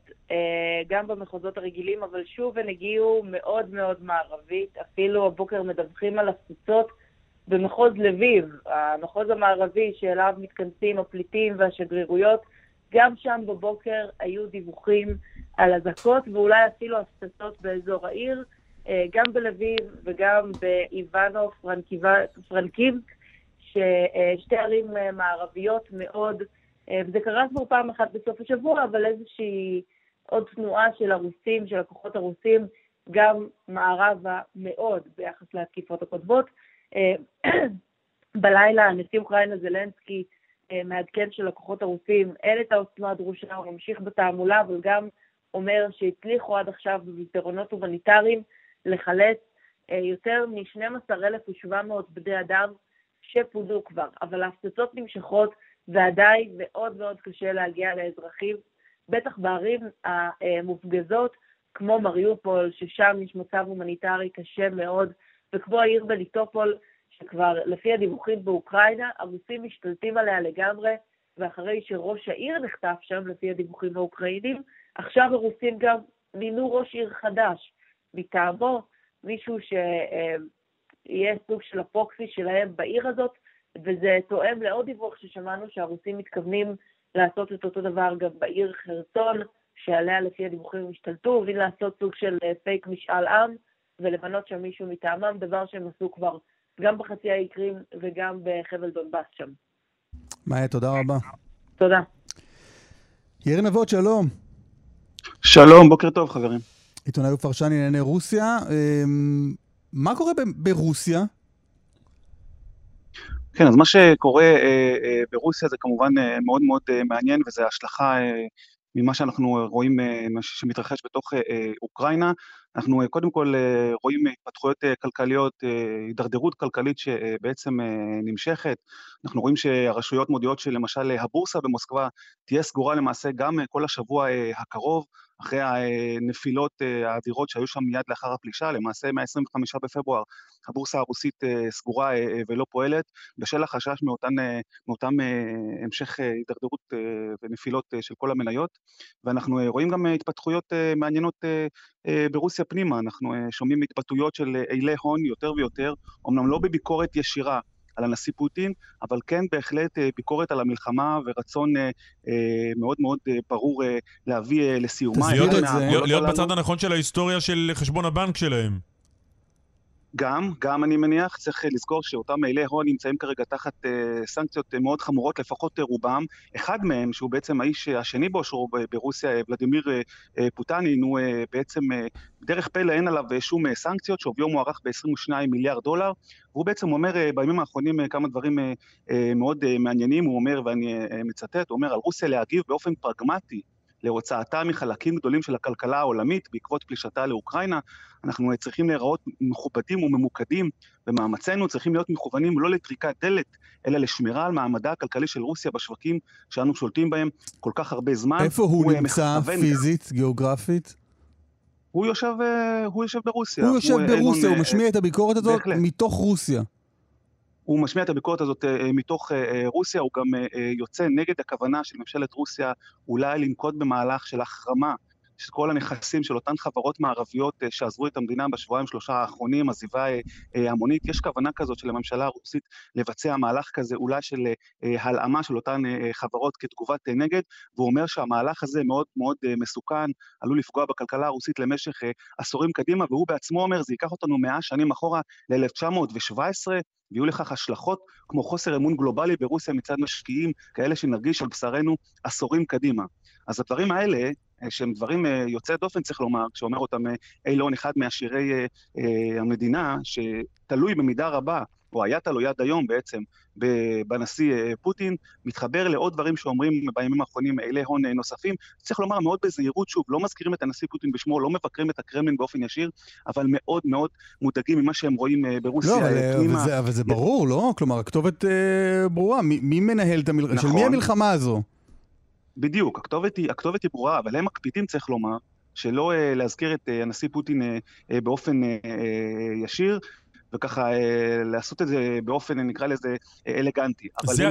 גם במחוזות הרגילים, אבל שוב הן הגיעו מאוד מאוד מערבית. אפילו הבוקר מדווחים על הפצצות במחוז לביב, המחוז המערבי שאליו מתכנסים הפליטים והשגרירויות, גם שם בבוקר היו דיווחים על אזעקות ואולי אפילו הפצצות באזור העיר, גם בלביב וגם באיבנו פרנקיבסק, ששתי ערים מערביות מאוד, וזה קרה כבר פעם אחת בסוף השבוע, אבל איזושהי עוד תנועה של הרוסים, של הכוחות הרוסים, גם מערבה מאוד ביחס להתקיפות הקודמות. בלילה נשיא אוקראינה זלנסקי מעדכן של הכוחות הרוסים, אין את העוצמה הדרושה, הוא ממשיך בתעמולה, אבל גם אומר שהצליחו עד עכשיו במסדרונות הומניטריים לחלץ יותר מ-שנים עשר אלף ושבע מאות בני אדם שפודו כבר, אבל ההפצצות נמשכות ועדיין מאוד מאוד קשה להגיע לאזרחים, בטח בערים המופגזות כמו מריופול, ששם יש מצב הומניטרי קשה מאוד, וכמו העיר בליטופול, שכבר לפי הדיווחים באוקראינה, הרוסים משתלטים עליה לגמרי, ואחרי שראש העיר נחטף שם לפי הדיווחים האוקראינים, עכשיו הרוסים גם מינו ראש עיר חדש, מטעמו מישהו שיהיה סוג של הפוקסי שלהם בעיר הזאת, וזה תואם לעוד דיווח ששמענו שהרוסים מתכוונים לעשות את אותו דבר גם בעיר חרסון, שעליה לפי הדיווחים השתלטו, הוביל לעשות סוג של פייק משאל עם, ולבנות שם מישהו מטעמם, דבר שהם עשו כבר גם בחצי האי קרים וגם בחבל דונבאס שם. מאיה, תודה רבה. תודה. יאיר נבות, שלום. שלום, בוקר טוב חברים. עיתונאי ופרשן לענייני רוסיה. מה קורה ברוסיה? כן, אז מה שקורה אה, אה, ברוסיה זה כמובן אה, מאוד מאוד אה, מעניין, וזה השלכה אה, ממה שאנחנו רואים אה, שמתרחש בתוך אה, אוקראינה. אנחנו אה, קודם כל אה, רואים התפתחויות אה, כלכליות, אה, הידרדרות כלכלית שבעצם אה, נמשכת. אנחנו רואים שהרשויות מודיעות שלמשל הבורסה במוסקבה תהיה סגורה למעשה גם אה, כל השבוע אה, הקרוב, אחרי הנפילות האדירות שהיו שם מיד לאחר הפלישה, למעשה מה-עשרים וחמישה בפברואר הבורסה הרוסית סגורה ולא פועלת, בשל החשש מאותן, מאותם המשך הידרדרות ונפילות של כל המניות, ואנחנו רואים גם התפתחויות מעניינות ברוסיה פנימה, אנחנו שומעים התבטאויות של אילי הון יותר ויותר, אמנם לא בביקורת ישירה, על הנשיא פוטין, אבל כן בהחלט ביקורת על המלחמה ורצון מאוד מאוד ברור להביא לסיומה. להיות בצד הנכון של ההיסטוריה של חשבון הבנק שלהם. גם, גם אני מניח, צריך לזכור שאותם אילי הון נמצאים כרגע תחת סנקציות מאוד חמורות, לפחות רובם. אחד מהם, שהוא בעצם האיש השני באושרו ברוסיה, ולדימיר פוטנין, הוא בעצם דרך פלא אין עליו שום סנקציות, שוויו מוערך ב-עשרים ושניים מיליארד דולר, והוא בעצם אומר בימים האחרונים כמה דברים מאוד מעניינים, הוא אומר, ואני מצטט, הוא אומר על רוסיה להגיב באופן פרגמטי, להוצאתה מחלקים גדולים של הכלכלה העולמית בעקבות פלישתה לאוקראינה. אנחנו צריכים להיראות מכובדים וממוקדים, ומאמצינו צריכים להיות מכוונים לא לטריקת דלת, אלא לשמירה על מעמדה הכלכלי של רוסיה בשווקים שאנו שולטים בהם כל כך הרבה זמן. איפה הוא, הוא נמצא פיזית, גיאוגרפית? הוא יושב, הוא יושב ברוסיה. הוא יושב הוא ברוסיה, הוא הוא משמיע את הביקורת הזאת בהחלט. מתוך רוסיה. הוא משמיע את הביקורת הזאת uh, מתוך uh, רוסיה, הוא גם uh, יוצא נגד הכוונה של ממשלת רוסיה אולי לנקוט במהלך של החרמה של כל הנכסים של אותן חברות מערביות uh, שעזבו את המדינה בשבועיים שלושה האחרונים, עזיבה uh, uh, המונית. יש כוונה כזאת של הממשלה הרוסית לבצע מהלך כזה אולי של uh, הלאמה של אותן uh, חברות כתגובת uh, נגד, והוא אומר שהמהלך הזה מאוד מאוד uh, מסוכן, עלול לפגוע בכלכלה הרוסית למשך uh, עשורים קדימה, והוא בעצמו אומר זה ייקח אותנו מאה שנים אחורה ל-אלף תשע מאות שבע עשרה, ויהיו לכך השלכות כמו חוסר אמון גלובלי ברוסיה מצד משקיעים, כאלה שנרגיש על בשרנו עשורים קדימה. אז הדברים האלה, שהם דברים יוצאי דופן צריך לומר, כשאומר אותם אילון, אחד מעשירי המדינה, שתלוי במידה רבה, או היה תלוי עד היום בעצם, בנשיא פוטין, מתחבר לעוד דברים שאומרים בימים האחרונים אילי הון נוספים. צריך לומר מאוד בזהירות, שוב, לא מזכירים את הנשיא פוטין בשמו, לא מבקרים את הקרמלין באופן ישיר, אבל מאוד מאוד מודאגים ממה שהם רואים ברוסיה. לא, אבל, אבל, זה, אבל זה ברור, לא? כלומר, הכתובת אה, ברורה. מי, מי מנהל את המלחמה? נכון. של מי המלחמה הזו? בדיוק, הכתובת היא, הכתובת היא ברורה, אבל הם מקפידים, צריך לומר, שלא אה, להזכיר את אה, הנשיא פוטין אה, אה, באופן אה, אה, ישיר, וככה לעשות את זה באופן, נקרא לזה, אלגנטי.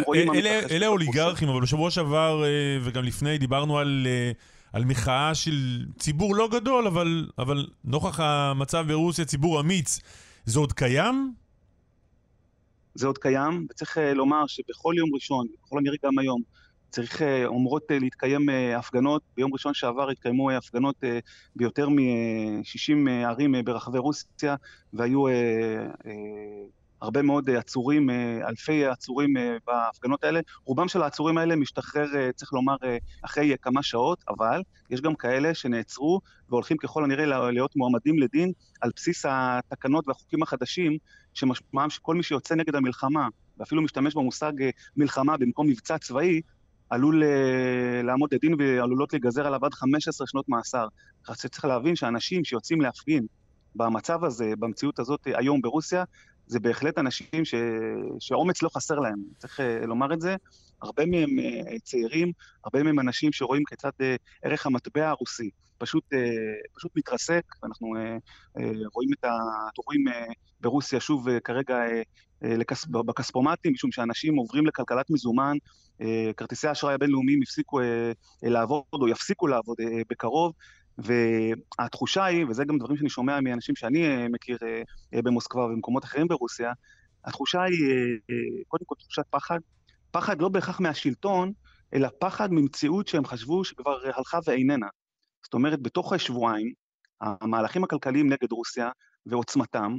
אלה אוליגרכים, אבל בשבוע שעבר וגם לפני דיברנו על, על מחאה של ציבור לא גדול, אבל, אבל נוכח המצב ברוסיה, ציבור אמיץ, זה עוד קיים? זה עוד קיים, וצריך לומר שבכל יום ראשון, בכל הנראה גם היום, צריך אומרות להתקיים הפגנות. ביום ראשון שעבר התקיימו הפגנות ביותר מ-שישים ערים ברחבי רוסיה, והיו הרבה מאוד עצורים, אלפי עצורים בהפגנות האלה. רובם של העצורים האלה משתחרר, צריך לומר, אחרי כמה שעות, אבל יש גם כאלה שנעצרו והולכים ככל הנראה להיות מועמדים לדין על בסיס התקנות והחוקים החדשים, שמשמעם שכל מי שיוצא נגד המלחמה, ואפילו משתמש במושג מלחמה במקום מבצע צבאי, עלול לעמוד לדין ועלולות להיגזר עליו עד חמש עשרה שנות מאסר. צריך להבין שאנשים שיוצאים להפגין במצב הזה, במציאות הזאת היום ברוסיה, זה בהחלט אנשים ש... שהאומץ לא חסר להם. צריך לומר את זה. הרבה מהם צעירים, הרבה מהם אנשים שרואים כיצד ערך המטבע הרוסי פשוט, פשוט מתרסק. אנחנו רואים את התורים ברוסיה שוב כרגע בכספומטים, משום שאנשים עוברים לכלכלת מזומן, כרטיסי האשראי הבינלאומיים הפסיקו לעבוד או יפסיקו לעבוד בקרוב, והתחושה היא, וזה גם דברים שאני שומע מאנשים שאני מכיר במוסקבה ובמקומות אחרים ברוסיה, התחושה היא קודם כל תחושת פחד, פחד לא בהכרח מהשלטון, אלא פחד ממציאות שהם חשבו שכבר הלכה ואיננה. זאת אומרת, בתוך שבועיים, המהלכים הכלכליים נגד רוסיה ועוצמתם,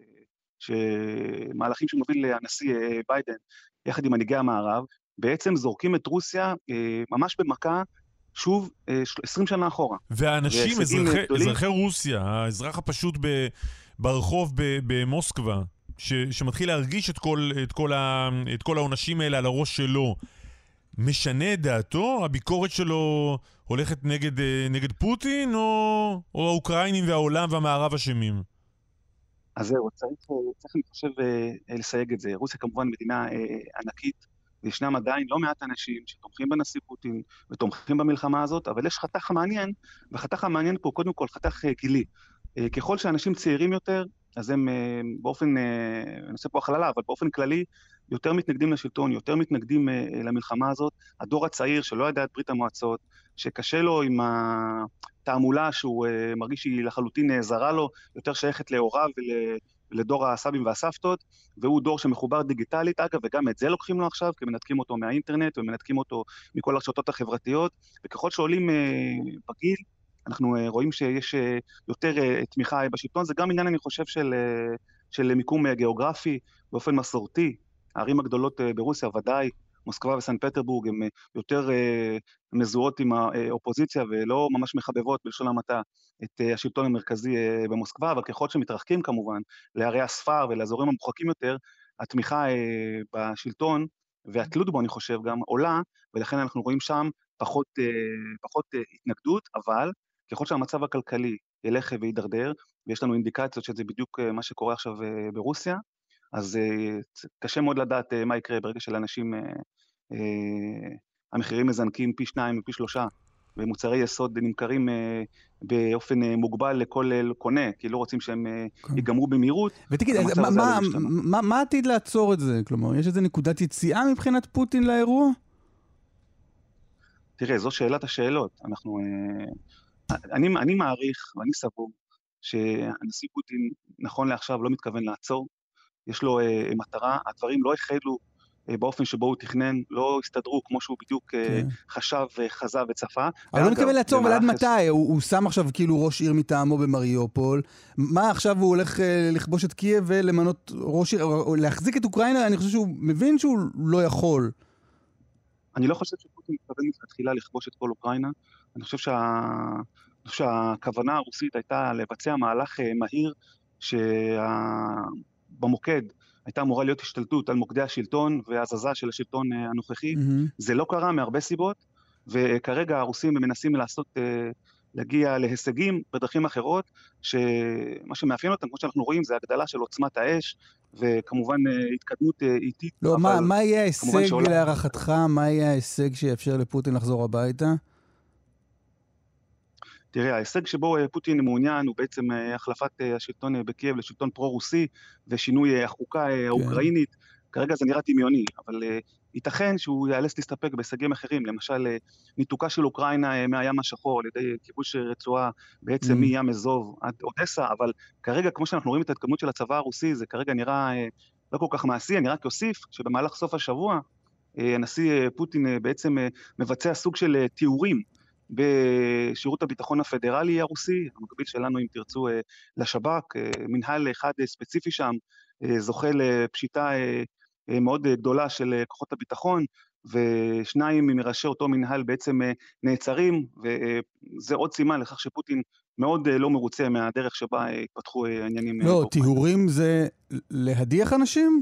שמהלכים שמוביל הנשיא ביידן, יחד עם מנהיגי המערב, בעצם זורקים את רוסיה ממש במכה, שוב, עשרים שנה אחורה. והאנשים, אזרחי, אזרחי רוסיה, האזרח הפשוט ב, ברחוב ב, במוסקבה, ש, שמתחיל להרגיש את כל, את, כל ה, את כל העונשים האלה על הראש שלו, משנה את דעתו? הביקורת שלו הולכת נגד, נגד פוטין, או, או האוקראינים והעולם והמערב אשמים? אז זהו, צריך, צריך אני חושב לסייג את זה. רוסיה כמובן מדינה ענקית, וישנם עדיין לא מעט אנשים שתומכים בנשיא פוטין ותומכים במלחמה הזאת, אבל יש חתך מעניין, וחתך המעניין פה קודם כל חתך גילי. ככל שאנשים צעירים יותר, אז הם באופן, אני עושה פה הכללה, אבל באופן כללי, יותר מתנגדים לשלטון, יותר מתנגדים למלחמה הזאת. הדור הצעיר שלא ידע את ברית המועצות, שקשה לו עם התעמולה שהוא מרגיש שהיא לחלוטין זרה לו, יותר שייכת להוריו ולדור הסבים והסבתות, והוא דור שמחובר דיגיטלית, אגב, וגם את זה לוקחים לו עכשיו, כי מנתקים אותו מהאינטרנט ומנתקים אותו מכל הרשתות החברתיות, וככל שעולים בגיל, אנחנו רואים שיש יותר תמיכה בשלטון. זה גם עניין, אני חושב, של, של מיקום גיאוגרפי, באופן מסורתי. הערים הגדולות ברוסיה, ודאי, מוסקבה וסן פטרבורג, הן יותר מזוהות עם האופוזיציה, ולא ממש מחבבות בלשון המעטה את השלטון המרכזי במוסקבה, אבל ככל שמתרחקים כמובן, לערי הספר ולאזורים המרוחקים יותר, התמיכה בשלטון, והתלות בו, אני חושב, גם עולה, ולכן אנחנו רואים שם פחות, פחות התנגדות, אבל ככל שהמצב הכלכלי ילך וידרדר, ויש לנו אינדיקציות שזה בדיוק מה שקורה עכשיו ברוסיה, אז קשה מאוד לדעת מה יקרה ברגע שלאנשים המחירים מזנקים פי שניים ופי שלושה, ומוצרי יסוד נמכרים באופן מוגבל לכל קונה, כי לא רוצים שהם ייגמרו במהירות. ותגיד, מה עתיד לעצור את זה? כלומר, יש איזו נקודת יציאה מבחינת פוטין לאירוע? תראה, זו שאלת השאלות. אנחנו, אני, אני מעריך ואני סבור שהנשיא פוטין נכון לעכשיו לא מתכוון לעצור, יש לו uh, מטרה, הדברים לא החלו uh, באופן שבו הוא תכנן, לא הסתדרו כמו שהוא בדיוק uh, חשב וחזה וצפה. אבל לא מתכוון לעצור, אבל עד מתי? הוא, הוא שם עכשיו כאילו ראש עיר מטעמו במריופול, מה עכשיו הוא הולך uh, לכבוש את קייב ולמנות ראש עיר, או להחזיק את אוקראינה? אני חושב שהוא מבין שהוא לא יכול. אני לא חושב שפוטין מתכוון מתחילה לכבוש את כל אוקראינה, אני חושב שה... אני חושב שהכוונה הרוסית הייתה לבצע מהלך uh, מהיר, שה... במוקד הייתה אמורה להיות השתלטות על מוקדי השלטון והזזה של השלטון הנוכחי. Mm-hmm. זה לא קרה מהרבה סיבות, וכרגע הרוסים מנסים לעשות, להגיע להישגים בדרכים אחרות, שמה שמאפיין אותם, כמו שאנחנו רואים, זה הגדלה של עוצמת האש, וכמובן התקדמות איטית. לא, מה, מה יהיה ההישג שעולה... להערכתך? מה יהיה ההישג שיאפשר לפוטין לחזור הביתה? תראה, ההישג שבו פוטין מעוניין הוא בעצם החלפת השלטון בקייב לשלטון פרו-רוסי ושינוי החוקה האוקראינית. כרגע זה נראה דמיוני, אבל ייתכן שהוא יאלץ להסתפק בהישגים אחרים, למשל ניתוקה של אוקראינה מהים השחור על ידי כיבוש רצועה בעצם מים אזוב עד אודסה, אבל כרגע כמו שאנחנו רואים את ההתקדמות של הצבא הרוסי, זה כרגע נראה לא כל כך מעשי. אני רק אוסיף שבמהלך סוף השבוע, הנשיא פוטין בעצם מבצע סוג של תיאורים בשירות הביטחון הפדרלי הרוסי, המקביל שלנו, אם תרצו, לשב"כ. מנהל אחד ספציפי שם זוכה לפשיטה מאוד גדולה של כוחות הביטחון, ושניים מראשי אותו מנהל בעצם נעצרים, וזה עוד סימן לכך שפוטין מאוד לא מרוצה מהדרך שבה התפתחו העניינים. לא, תיאורים זה להדיח אנשים?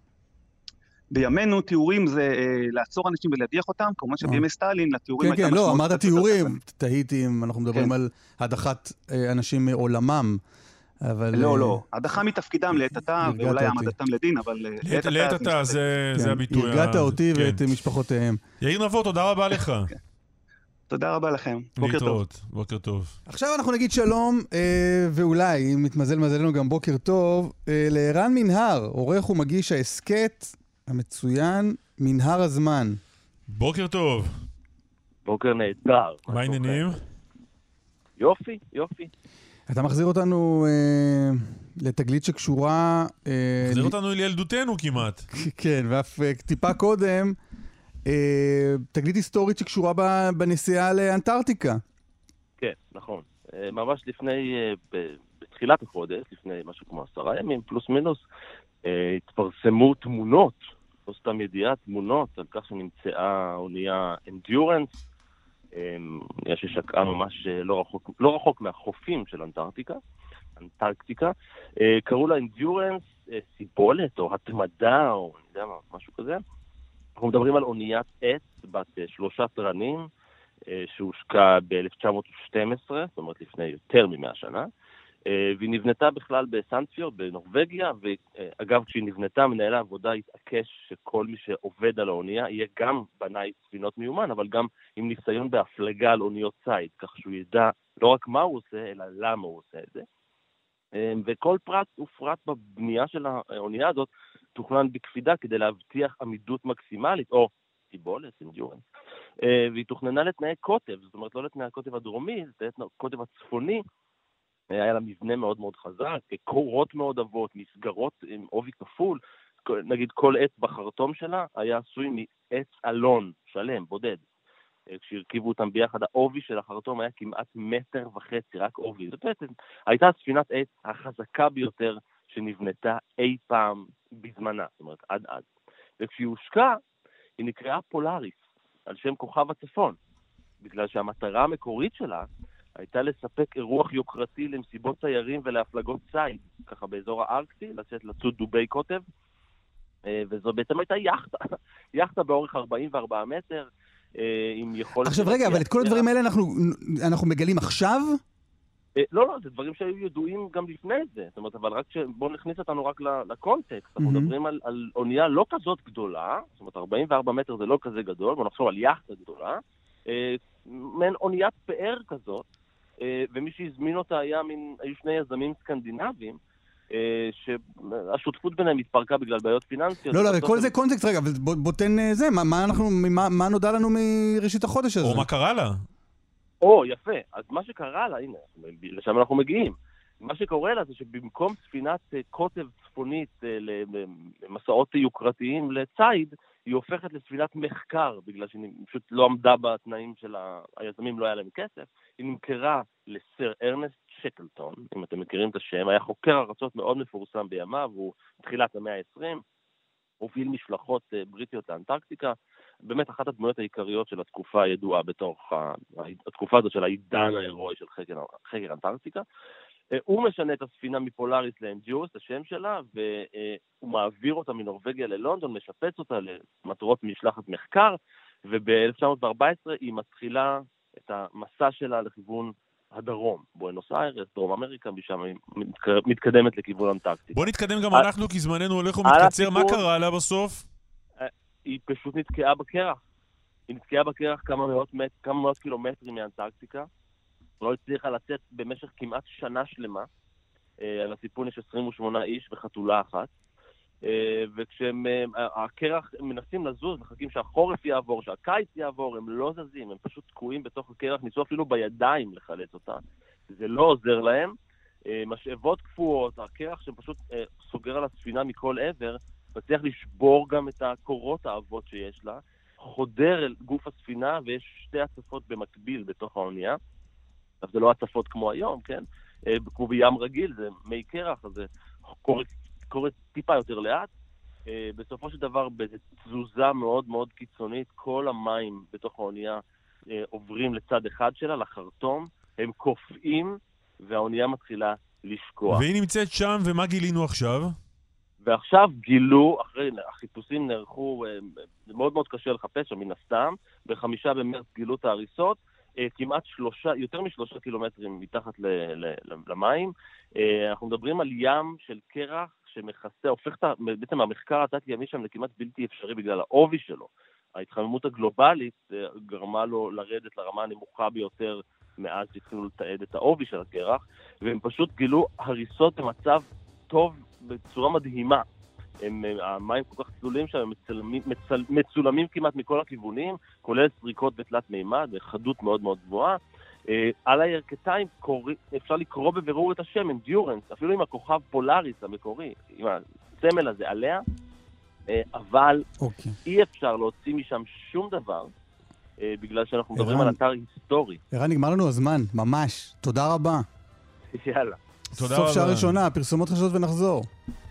בימינו תיאורים זה אה, לעצור אנשים ולהדיח אותם, כמובן שבימי סטלין לתיאורים כן, הייתה כן, לא, משמעות. אמרת תיאורים, תהיתי אם אנחנו מדברים כן. על הדחת אה, אנשים מעולמם, אבל... לא, אה, לא, הדחה מתפקידם לעת עתה, הרגעת ואולי אותי. העמדתם לדין, אבל לעת לעת עתה, זה כן, זה הביטוי. הרגעת ה- אותי כן. ואת משפחותיהם. יאיר נבו, תודה רבה לך. תודה רבה לכם, בוקר טוב. להתראות, בוקר טוב. עכשיו אנחנו נגיד שלום, אה, ואולי, אם מתמזל מזלנו גם בוקר טוב, אה, לערן מנהר, עורך ומגיש ההסכת המצוין, מנהר הזמן. בוקר טוב. בוקר נהדר. מה העניינים? יופי, יופי. אתה מחזיר אותנו אה, לתגלית שקשורה... אה, מחזיר ל- אותנו לילדותנו כמעט. כן, ואף אה, טיפה קודם, אה, תגלית היסטורית שקשורה ב- בנסיעה לאנטארקטיקה. כן, נכון. אה, ממש לפני, אה, ב- בתחילת החודש, לפני משהו כמו עשרה ימים, פלוס מינוס, אה, התפרסמו תמונות, לא סתם ידיעה, תמונות על כך שנמצאה אונייה Endurance, אה, אונייה ששקעה ממש אה, לא רחוק, לא רחוק מהחופים של אנטארקטיקה, אנטארקטיקה, אה, קראו לה Endurance, אה, סיבולת או התמדה או אני יודע מה, משהו כזה. אנחנו מדברים על אוניית עץ בת אה, שלושה תרנים, אה, שהושקע ב-אלף תשע מאות ושתים עשרה, זאת אומרת לפני יותר ממאה שנה, והיא נבנתה בכלל בסנטפיורד, בנורווגיה, ואגב, כשהיא נבנתה, מנהל העבודה התעקש שכל מי שעובד על האונייה יהיה גם בנאי ספינות מיומן, אבל גם עם ניסיון בהפלגה על אוניות צייד, כך שהוא ידע לא רק מה הוא עושה, אלא למה הוא עושה את זה. וכל פרט ופרט בבנייה של האונייה הזאת תוכנן בקפידה כדי להבטיח עמידות מקסימלית, או סיבולת, אינדיורנס. והיא תוכננה לתנאי קוטב, זאת אומרת לא לתנאי הקוטב הדרומי, זה לתנאי הקוטב הצפוני, היה לה מבנה מאוד מאוד חזק, קורות מאוד עבות, מסגרות עם עובי כפול, נגיד כל עץ בחרטום שלה היה עשוי מעץ אלון שלם, בודד. כשהרכיבו אותם ביחד, העובי של החרטום היה כמעט מטר וחצי, רק עובי. זאת אומרת, הייתה ספינת עץ החזקה ביותר שנבנתה אי פעם בזמנה, זאת אומרת, עד עד. וכשהיא הושקעה, היא נקראה פולאריס, על שם כוכב הצפון, בגלל שהמטרה המקורית שלה הייתה לספק אירוח יוקרתי למסיבות תיירים ולהפלגות צייד, ככה באזור הארקטי, לצאת לצוד דובי קוטב, וזו בעצם הייתה יחטה, יחטה באורך ארבעים וארבעה מטר, עם יכולת... עכשיו רגע, אבל את כל הדברים האלה אנחנו, אנחנו מגלים עכשיו? לא, לא, זה דברים שהיו ידועים גם לפני זה, זאת אומרת, אבל רק שבואו נכניס אותנו רק לקונטקסט, אנחנו מדברים על, על אונייה לא כזאת גדולה, זאת אומרת, ארבעים וארבעה מטר זה לא כזה גדול, בואו נחשוב על יחטה גדולה, מעין אוניית פאר כזאת, ומי שהזמין אותה היה מין, היו שני יזמים סקנדינביים, שהשותפות ביניהם התפרקה בגלל בעיות פיננסיות. לא, לא, כל זה קונטקסט, רגע, אבל בוא תן זה, מה אנחנו, מה נודע לנו מראשית החודש הזה? או מה קרה לה? או, יפה. אז מה שקרה לה, הנה, לשם אנחנו מגיעים. מה שקורה לה זה שבמקום ספינת קוטב צפונית למסעות יוקרתיים לצייד, היא הופכת לספינת מחקר, בגלל שהיא פשוט לא עמדה בתנאים של היזמים, לא היה להם כסף. היא נמכרה לסר ארנסט שקלטון, אם אתם מכירים את השם, היה חוקר ארצות מאוד מפורסם בימיו, הוא תחילת המאה ה-עשרים, הוביל משלחות בריטיות לאנטארקטיקה, באמת אחת הדמויות העיקריות של התקופה הידועה בתוך התקופה הזאת של העידן ההירואי של חקר, חקר אנטארקטיקה. הוא משנה את הספינה מפולאריס לאנדיורנס, השם שלה, והוא מעביר אותה מנורווגיה ללונדון, משפץ אותה למטרות משלחת מחקר, וב-אלף תשע מאות וארבע עשרה היא מתחילה את המסע שלה לכיוון הדרום, בואנוס איירס, דרום אמריקה, משם היא מתקדמת לכיוון אנטארקטיקה. בוא נתקדם גם אנחנו, כי זמננו הולך ומתקצר. מה קרה לה בסוף? היא פשוט נתקעה בקרח. היא נתקעה בקרח כמה מאות, כמה מאות קילומטרים מאנטארקטיקה. לא הצליחה לצאת במשך כמעט שנה שלמה. על הסיפון יש עשרים ושמונה איש וחתולה אחת. וכשהם, הקרח, הם מנסים לזוז, מחכים שהחורף יעבור, שהקיץ יעבור, הם לא זזים, הם פשוט תקועים בתוך הקרח, ניסו אפילו בידיים לחלץ אותה. זה לא עוזר להם, משאבות קפואות, הקרח שפשוט סוגר על הספינה מכל עבר, מצליח לשבור גם את הקורות האבות שיש לה, חודר אל גוף הספינה, ויש שתי הצפות במקביל בתוך האונייה. אז זה לא הצפות כמו היום, כן? כמו בים רגיל, זה מי קרח, אז זה קורה, קורה טיפה יותר לאט. בסופו של דבר, בתזוזה מאוד מאוד קיצונית, כל המים בתוך האונייה עוברים לצד אחד שלה, לחרטום, הם קופאים, והאונייה מתחילה לשקוע. והיא נמצאת שם, ומה גילינו עכשיו? ועכשיו גילו, אחרי החיפושים נערכו, זה מאוד מאוד קשה לחפש שם מן הסתם, בחמישה במרץ גילו את ההריסות, כמעט שלושה, יותר משלושה קילומטרים מתחת ל, ל, למים. אנחנו מדברים על ים של קרח שמכסה, הופך את, בעצם המחקר התת-ימי שם לכמעט בלתי אפשרי בגלל העובי שלו. ההתחממות הגלובלית גרמה לו לרדת לרמה הנמוכה ביותר מאז שהתחילו לתעד את העובי של הקרח, והם פשוט גילו הריסות במצב טוב בצורה מדהימה. הם, המים כל כך צלולים שם, הם מצלמים, מצל, מצולמים כמעט מכל הכיוונים, כולל סריקות בתלת מימד, חדות מאוד מאוד גבוהה. אה, על הירכתיים קורא, אפשר לקרוא בבירור את השם, אנדיורנס, אפילו עם הכוכב פולאריס המקורי, עם הסמל הזה עליה, אה, אבל okay. אי אפשר להוציא משם שום דבר, אה, בגלל שאנחנו מדברים ערן, על אתר היסטורי. ערן, נגמר לנו הזמן, ממש. תודה רבה. יאללה. תודה סוף רבה. שעה ראשונה, פרסומות חדשות ונחזור.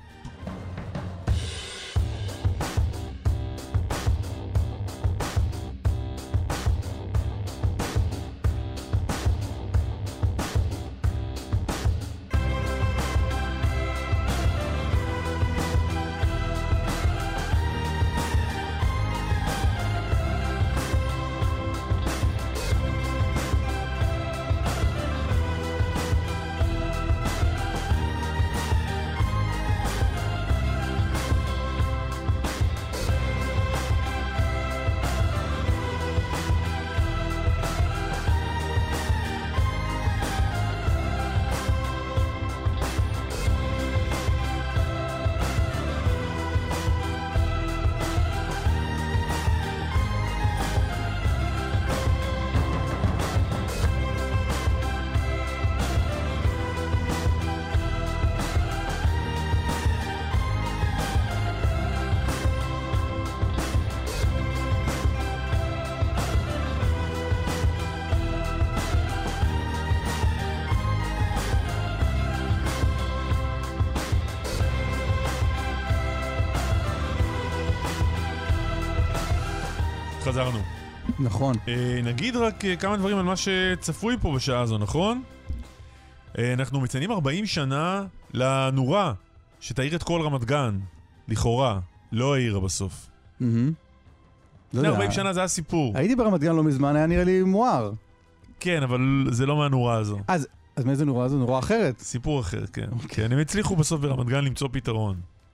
חזרנו. נכון. אה, נגיד רק אה, כמה דברים על מה שצפוי פה בשעה הזו, נכון? אה, אנחנו מציינים ארבעים שנה לנורה שתאיר את כל רמת גן, לכאורה, לא העירה בסוף. Mm-hmm. לפני ארבעים שנה זה היה סיפור. הייתי ברמת גן לא מזמן, היה נראה לי מואר. כן, אבל זה לא מהנורה הזו. אז, אז מאיזה נורה הזו? נורה אחרת? סיפור אחר, כן. כן, הם הצליחו בסוף ברמת גן למצוא פתרון.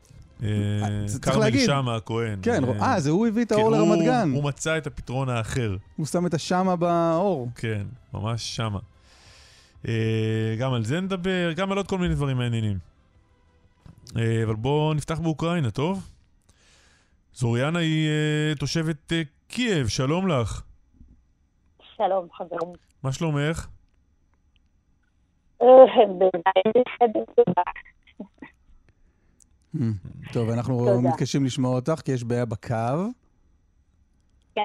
כרמל שמה, הכהן. כן, אה, זה הוא הביא את האור לרמת גן. הוא מצא את הפתרון האחר. הוא שם את השמה באור. כן, ממש שמה. גם על זה נדבר, גם על עוד כל מיני דברים מעניינים. אבל בואו נפתח באוקראינה, טוב? זוריאנה היא תושבת קייב, שלום לך. שלום, חברים. מה שלומך? טוב, אנחנו מתקשים לשמוע אותך, כי יש בעיה בקו. כן.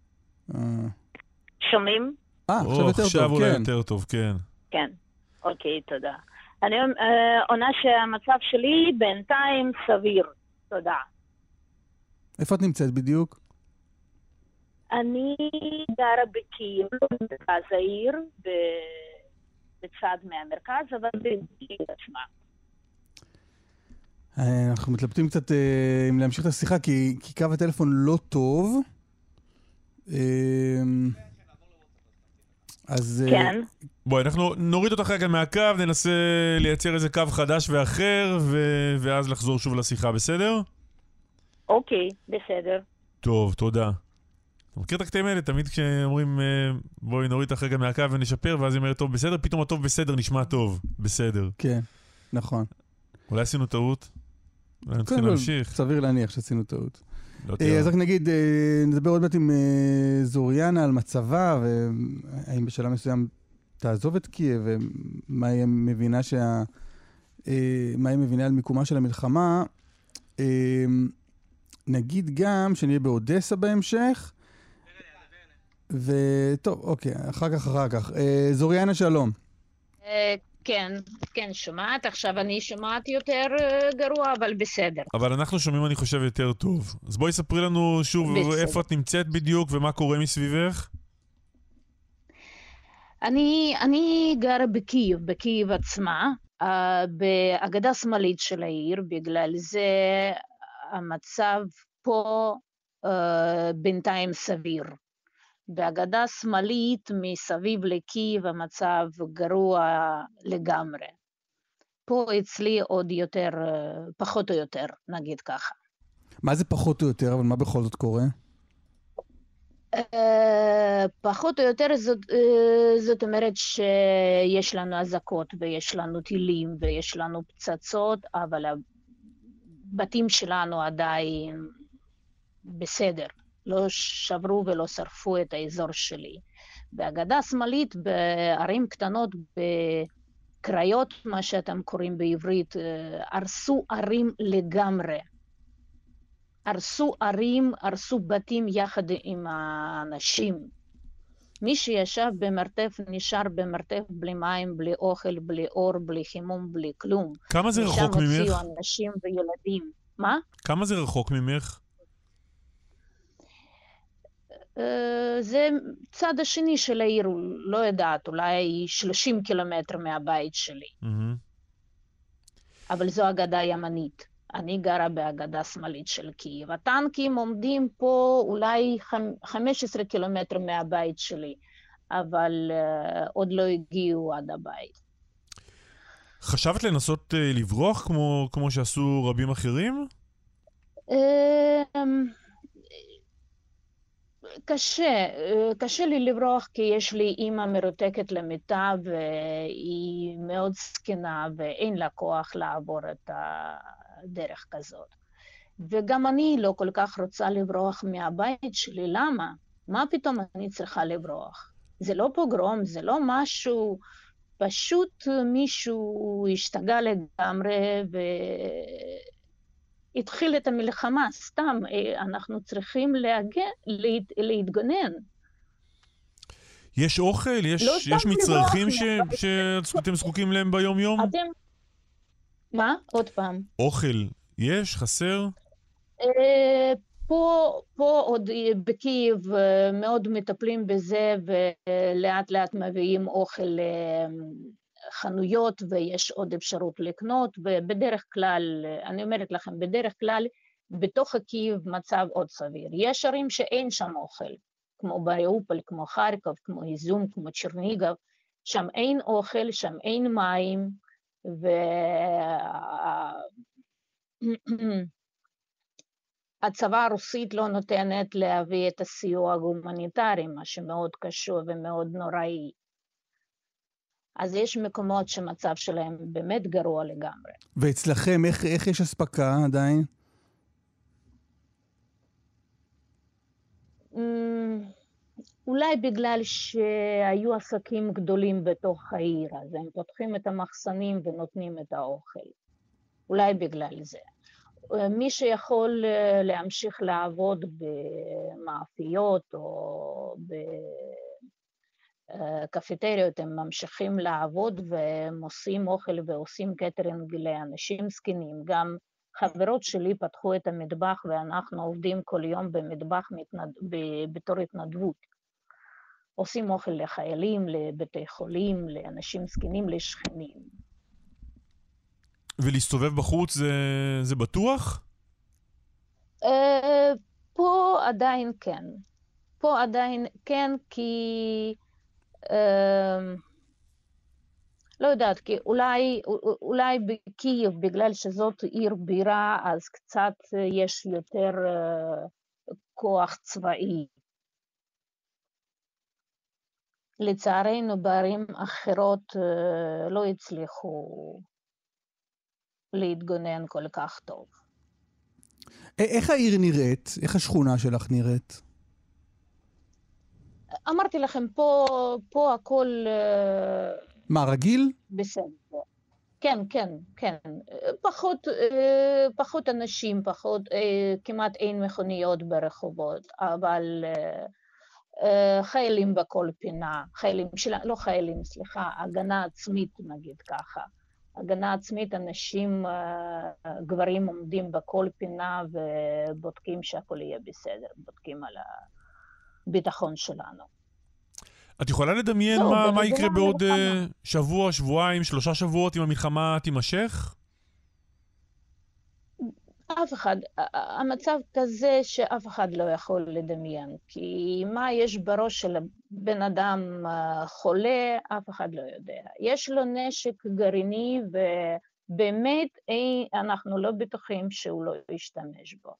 שומעים? אה, עכשיו יותר טוב, כן. עכשיו אולי יותר טוב, כן. כן, אוקיי, תודה. אני עונה שהמצב שלי בינתיים סביר, תודה. איפה את נמצאת בדיוק? אני גרה בקייב, במרכז העיר, בצד מהמרכז, אבל בקייב עצמה. אנחנו מתלבטים קצת אם להמשיך את השיחה, כי, כי קו הטלפון לא טוב. אז... כן. בואי, אנחנו נוריד אותך רגע מהקו, ננסה לייצר איזה קו חדש ואחר, ו... ואז לחזור שוב לשיחה, בסדר? אוקיי, בסדר. טוב, תודה. אתה מכיר את הקטעים האלה? תמיד כשאומרים, בואי נוריד אותך רגע מהקו ונשפר, ואז היא אומרת, טוב, בסדר, פתאום הטוב בסדר נשמע טוב. בסדר. כן, נכון. אולי עשינו טעות? אולי נתחיל כן, להמשיך. סביר להניח שעשינו טעות. לא תראה. אז רק נגיד, נדבר עוד מעט עם זוריאנה על מצבה, והאם בשלב מסוים תעזוב את קייב, ומה היא מבינה שה... מה היא מבינה על מיקומה של המלחמה, נגיד גם שנהיה באודסה בהמשך, וטוב, אוקיי, אחר כך, אחר כך. זוריאנה, שלום. כן, כן, שומעת. עכשיו אני שומעת יותר גרוע, אבל בסדר. אבל אנחנו שומעים, אני חושב, יותר טוב. אז בואי ספרי לנו שוב בסדר. איפה את נמצאת בדיוק ומה קורה מסביבך. אני, אני גרה בקייב, בקייב עצמה, uh, באגדה שמאלית של העיר, בגלל זה המצב פה uh, בינתיים סביר. באגדה שמאלית מסביב לקייב המצב גרוע לגמרי. פה אצלי עוד יותר, uh, פחות או יותר, נגיד ככה. מה זה פחות או יותר, אבל מה בכל זאת קורה? Uh, פחות או יותר זאת, uh, זאת אומרת שיש לנו אזעקות ויש לנו טילים ויש לנו פצצות, אבל הבתים שלנו עדיין בסדר. לא שברו ולא שרפו את האזור שלי. באגדה שמאלית, בערים קטנות, בקריות, מה שאתם קוראים בעברית, הרסו ערים לגמרי. הרסו ערים, הרסו בתים יחד עם האנשים. מי שישב במרתף נשאר במרתף בלי מים, בלי אוכל, בלי אור, בלי חימום, בלי כלום. כמה זה רחוק ממך? שם הוציאו אנשים וילדים. מה? כמה זה רחוק ממך? Uh, זה צד השני של העיר, לא יודעת, אולי שלושים קילומטר מהבית שלי. Mm-hmm. אבל זו אגדה ימנית. אני גרה באגדה שמאלית של קייב. הטנקים עומדים פה אולי חמישה עשר קילומטר מהבית שלי, אבל uh, עוד לא הגיעו עד הבית. חשבת לנסות uh, לברוח כמו, כמו שעשו רבים אחרים? Uh, קשה, קשה לי לברוח כי יש לי אימא מרותקת למיטה והיא מאוד סכנה ואין לה כוח לעבור את הדרך כזאת. וגם אני לא כל כך רוצה לברוח מהבית שלי. למה? מה פתאום אני צריכה לברוח? זה לא פוגרום, זה לא משהו, פשוט מישהו השתגע לגמרי והתחיל את המלחמה, סתם, אנחנו צריכים להגן, להת, להתגונן. יש אוכל? יש, לא יש מצרכים ש, שאתם זקוקים להם ביום יום? אתם... מה? עוד פעם. אוכל, יש? חסר? פה, פה עוד בקייב מאוד מטפלים בזה, ולאט לאט מביאים אוכל לחנויות, ויש עוד אפשרות לקנות, ובדרך כלל, אני אומרת לכם, בדרך כלל, בתוך הקייב מצב עוד סביר. יש ערים שאין שם אוכל, כמו בריאופל, כמו חרקוב, כמו איזום, כמו צ'רניגוב, שם אין אוכל, שם אין מים, ו... הצבא הרוסית לא נותנת להביא את הסיוע ההומניטרי, מה שמאוד קשור ומאוד נוראי. אז יש מקומות שמצב שלהם באמת גרוע לגמרי. ואצלכם, איך, איך יש הספקה עדיין? אולי בגלל שהיו עסקים גדולים בתוך העיר, אז הם פותחים את המחסנים ונותנים את האוכל. אולי בגלל זה. מי שיכול להמשיך לעבוד במאפיות או בקפיטריות, הם ממשיכים לעבוד והם עושים אוכל ועושים קטרינג לאנשים זקנים. גם חברות שלי פתחו את המטבח ואנחנו עובדים כל יום במטבח בתור התנדבות. עושים אוכל לחיילים, לבתי חולים, לאנשים זקנים, לשכנים. ולהסתובב בחוץ זה, זה בטוח? Uh, פה עדיין כן. פה עדיין כן, כי... Uh, לא יודעת, כי אולי, אולי בקייב, בגלל שזאת עיר בירה, אז קצת יש יותר uh, כוח צבאי. לצערנו, בערים אחרות uh, לא הצליחו להתגונן כל כך טוב. איך העיר נראית? איך השכונה שלך נראית? אמרתי לכם, פה, פה הכל... מה, רגיל? בסדר. כן, כן, כן. פחות, פחות אנשים, פחות, כמעט אין מכוניות ברחובות, אבל חיילים בכל פינה, חיילים שלה, לא חיילים, סליחה, הגנה עצמית, נגיד ככה. הגנה עצמית, אנשים, גברים עומדים בכל פינה ובודקים שהכל יהיה בסדר, בודקים על הביטחון שלנו. את יכולה לדמיין לא, מה, מה יקרה בעוד uh, המלחמה. שבוע, שבועיים, שלושה שבועות אם המלחמה תימשך? אף אחד, המצב כזה שאף אחד לא יכול לדמיין, כי מה יש בראש של בן אדם חולה, אף אחד לא יודע. יש לו נשק גרעיני ובאמת אנחנו לא בטוחים שהוא לא ישתמש בו.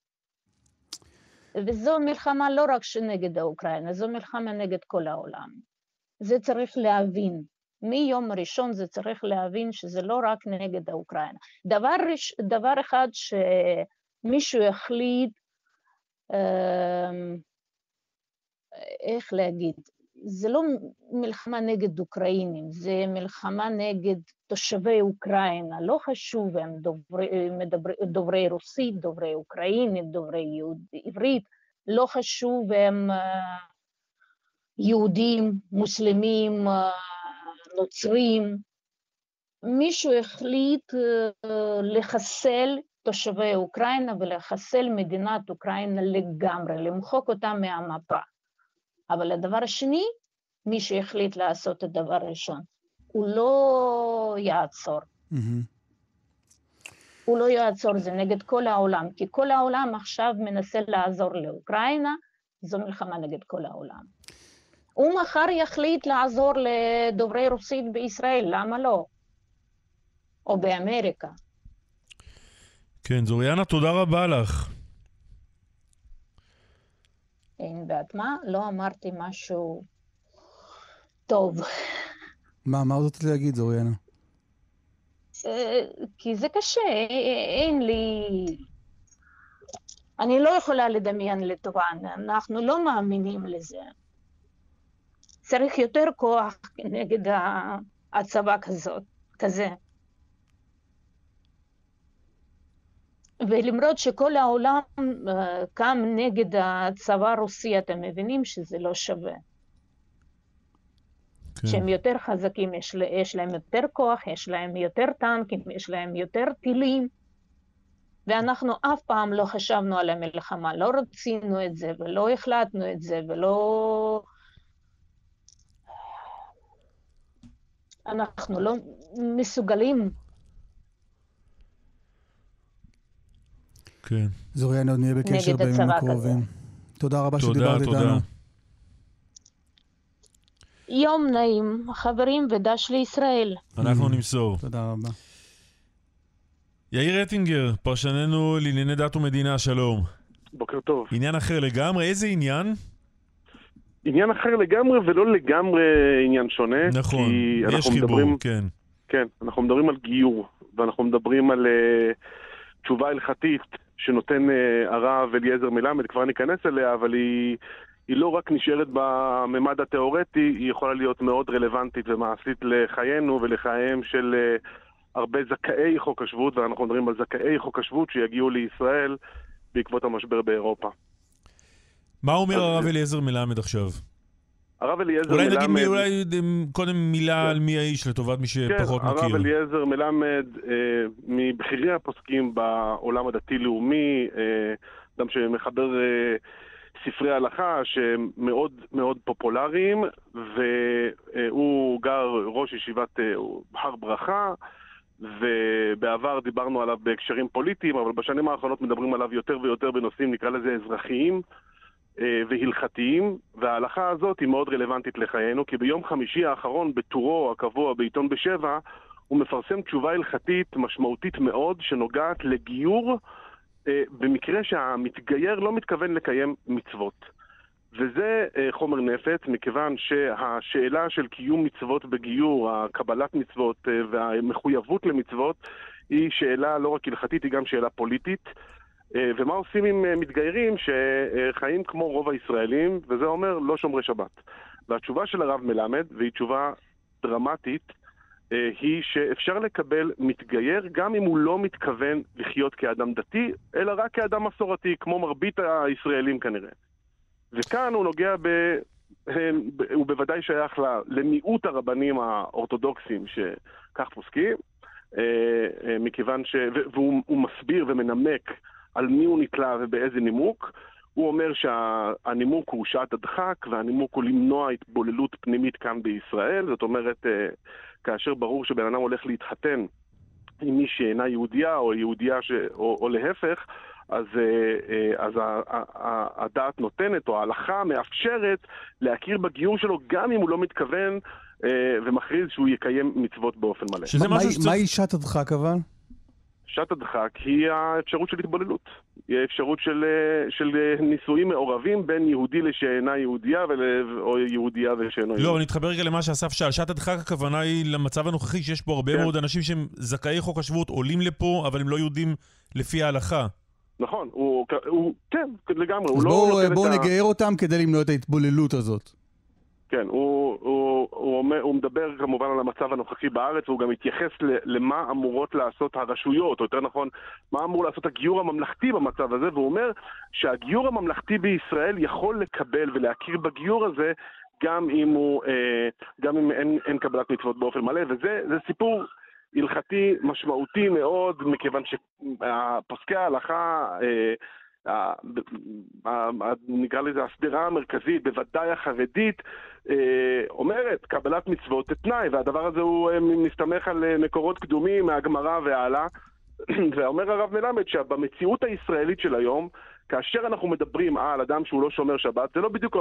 וזו מלחמה לא רק נגד האוקראינה, זו מלחמה נגד כל העולם. זה צריך להבין. מיום ראשון זה צריך להבין שזה לא רק נגד האוקראינה. דבר, דבר אחד שמישהו החליט, איך להגיד, זה לא מלחמה נגד אוקראינים, זה מלחמה נגד תושבי אוקראינה, לא חשוב, הם דוברי, מדברי, דוברי רוסית, דוברי אוקראינית, דוברי יהוד, עברית, לא חשוב, הם יהודים, מוסלמים, נוצרים. מישהו החליט לחסל תושבי אוקראינה ולחסל מדינת אוקראינה לגמרי, למחוק אותה מהמפה. אבל הדבר השני, מי שהחליט לעשות את הדבר הראשון, הוא לא יעצור. Mm-hmm. הוא לא יעצור, זה נגד כל העולם, כי כל העולם עכשיו מנסה לעזור לאוקראינה, זו מלחמה נגד כל העולם. הוא מחר יחליט לעזור לדוברי רוסית בישראל, למה לא? או באמריקה. כן, זוריאנה, תודה רבה לך. אין בעד מה, לא אמרתי משהו טוב. מה, מה רצית להגיד, זוריאנה? כי זה קשה, אין לי... אני לא יכולה לדמיין לטובה, אנחנו לא מאמינים לזה. צריך יותר כוח נגד הצבא כזאת, כזה. ולמרות שכל העולם קם נגד הצבא הרוסי, אתם מבינים שזה לא שווה. כן. שהם יותר חזקים, יש, יש להם יותר כוח, יש להם יותר טנקים, יש להם יותר טילים, ואנחנו אף פעם לא חשבנו על המלחמה, לא רצינו את זה, ולא החלטנו את זה, ולא... אנחנו לא מסוגלים. כן. זוריאנה, עוד נהיה בקשר בימים הקרובים. תודה רבה שדיברת איתנו. יום נעים, חברים, ודש לישראל. אנחנו נמסור. תודה רבה. יאיר אטינגר, פרשננו לענייני דת ומדינה, שלום. בוקר טוב. עניין אחר לגמרי, איזה עניין? עניין אחר לגמרי ולא לגמרי עניין שונה. נכון, יש חיבור, מדברים, כן. כן, אנחנו מדברים על גיור, ואנחנו מדברים על uh, תשובה הלכתית שנותן uh, הרב אליעזר מלמד, כבר ניכנס אליה, אבל היא, היא לא רק נשארת בממד התיאורטי, היא יכולה להיות מאוד רלוונטית ומעשית לחיינו ולחייהם של uh, הרבה זכאי חוק השבות, ואנחנו מדברים על זכאי חוק השבות שיגיעו לישראל בעקבות המשבר באירופה. מה אומר הרב אליעזר מלמד עכשיו? הרב אליעזר אולי מלמד... נגיד, אולי קודם מילה על מי האיש לטובת מי שפחות כן, מכיר. הרב אליעזר מלמד, אה, מבחירי הפוסקים בעולם הדתי-לאומי, אה, אדם שמחבר אה, ספרי הלכה שמאוד מאוד פופולריים, והוא גר ראש ישיבת אה, הר ברכה, ובעבר דיברנו עליו בהקשרים פוליטיים, אבל בשנים האחרונות מדברים עליו יותר ויותר בנושאים, נקרא לזה אזרחיים והלכתיים, וההלכה הזאת היא מאוד רלוונטית לחיינו, כי ביום חמישי האחרון בטורו הקבוע בעיתון בשבע, הוא מפרסם תשובה הלכתית משמעותית מאוד, שנוגעת לגיור, במקרה שהמתגייר לא מתכוון לקיים מצוות. וזה חומר נפץ, מכיוון שהשאלה של קיום מצוות בגיור, הקבלת מצוות והמחויבות למצוות, היא שאלה לא רק הלכתית, היא גם שאלה פוליטית. ומה עושים עם מתגיירים שחיים כמו רוב הישראלים, וזה אומר לא שומרי שבת. והתשובה של הרב מלמד, והיא תשובה דרמטית, היא שאפשר לקבל מתגייר גם אם הוא לא מתכוון לחיות כאדם דתי, אלא רק כאדם מסורתי, כמו מרבית הישראלים כנראה. וכאן הוא נוגע ב... הוא בוודאי שייך למיעוט הרבנים האורתודוקסים שכך פוסקים, מכיוון ש... והוא מסביר ומנמק על מי הוא נתלה ובאיזה נימוק. הוא אומר שהנימוק הוא שעת הדחק, והנימוק הוא למנוע התבוללות פנימית כאן בישראל. זאת אומרת, כאשר ברור שבן אדם הולך להתחתן עם מי שאינה יהודיה או יהודיה ש... או, או להפך, אז, אז הדעת נותנת או ההלכה מאפשרת להכיר בגיור שלו גם אם הוא לא מתכוון ומכריז שהוא יקיים מצוות באופן מלא. מהי שעת הדחק אבל? שעת הדחק היא האפשרות של התבוללות. היא האפשרות של, של נישואים מעורבים בין יהודי לשאינה יהודיה או יהודיה ושאינו יהודיה. לא, אני אתחבר רגע למה שאסף שאל. שעת הדחק הכוונה היא למצב הנוכחי שיש פה הרבה מאוד אנשים שהם זכאי חוק השבות, עולים לפה, אבל הם לא יהודים לפי ההלכה. נכון, הוא, הוא כן, לגמרי. אז בואו בוא נגייר אותם כדי למנוע את ההתבוללות הזאת. כן, הוא, הוא, הוא, אומר, הוא מדבר כמובן על המצב הנוכחי בארץ, והוא גם מתייחס למה אמורות לעשות הרשויות, או יותר נכון, מה אמור לעשות הגיור הממלכתי במצב הזה, והוא אומר שהגיור הממלכתי בישראל יכול לקבל ולהכיר בגיור הזה גם אם, הוא, גם אם אין, אין קבלת מצוות באופן מלא, וזה זה סיפור הלכתי משמעותי מאוד, מכיוון שפסקי ההלכה, נקרא לזה הסדרה המרכזית, בוודאי החרדית, אומרת קבלת מצוות תנאי, והדבר הזה הוא מסתמך על מקורות קדומים מהגמרא והעלה. ואומר הרב מלמד שבמציאות הישראלית של היום, כאשר אנחנו מדברים על אדם שהוא לא שומר שבת, זה לא בדיוק,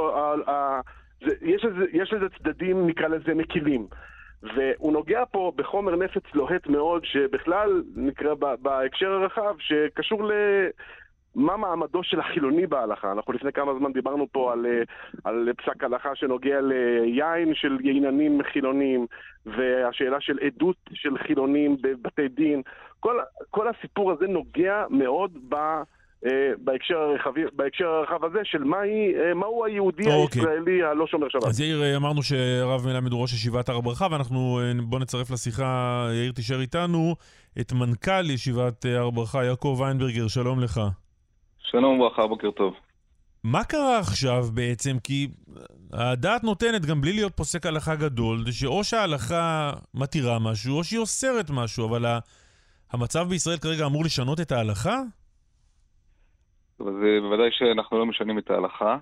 יש לזה, יש לזה צדדים, נקרא לזה מקילים. והוא נוגע פה בחומר נפץ לוהט מאוד, שבכלל נקרא בהקשר הרחב, שקשור למה מעמדו של החילוני בהלכה. אנחנו לפני כמה זמן דיברנו פה על, על פסק הלכה שנוגע ליין של ייננים חילונים, והשאלה של עדות של חילונים בבתי דין. כל, כל הסיפור הזה נוגע מאוד ב... בהקשר הרחב, בהקשר הרחב הזה של מהי, מהו היהודי הישראלי הלא שומר שבת. אז יאיר, אמרנו שהרב מלמד הוא ראש ישיבת הר ברכה, ואנחנו בוא נצרף לשיחה, יאיר תישאר איתנו, את מנכ"ל ישיבת הר ברכה, יעקב ויינברגר, שלום לך. שלום וברכה, בוקר טוב. מה קרה עכשיו בעצם? כי הדעת נותנת, גם בלי להיות פוסק הלכה גדול, שאו שההלכה מתירה משהו, או שהיא אוסרת משהו, אבל המצב בישראל כרגע אמור לשנות את ההלכה? אז בוודאי שאנחנו לא משנים את ההלכה,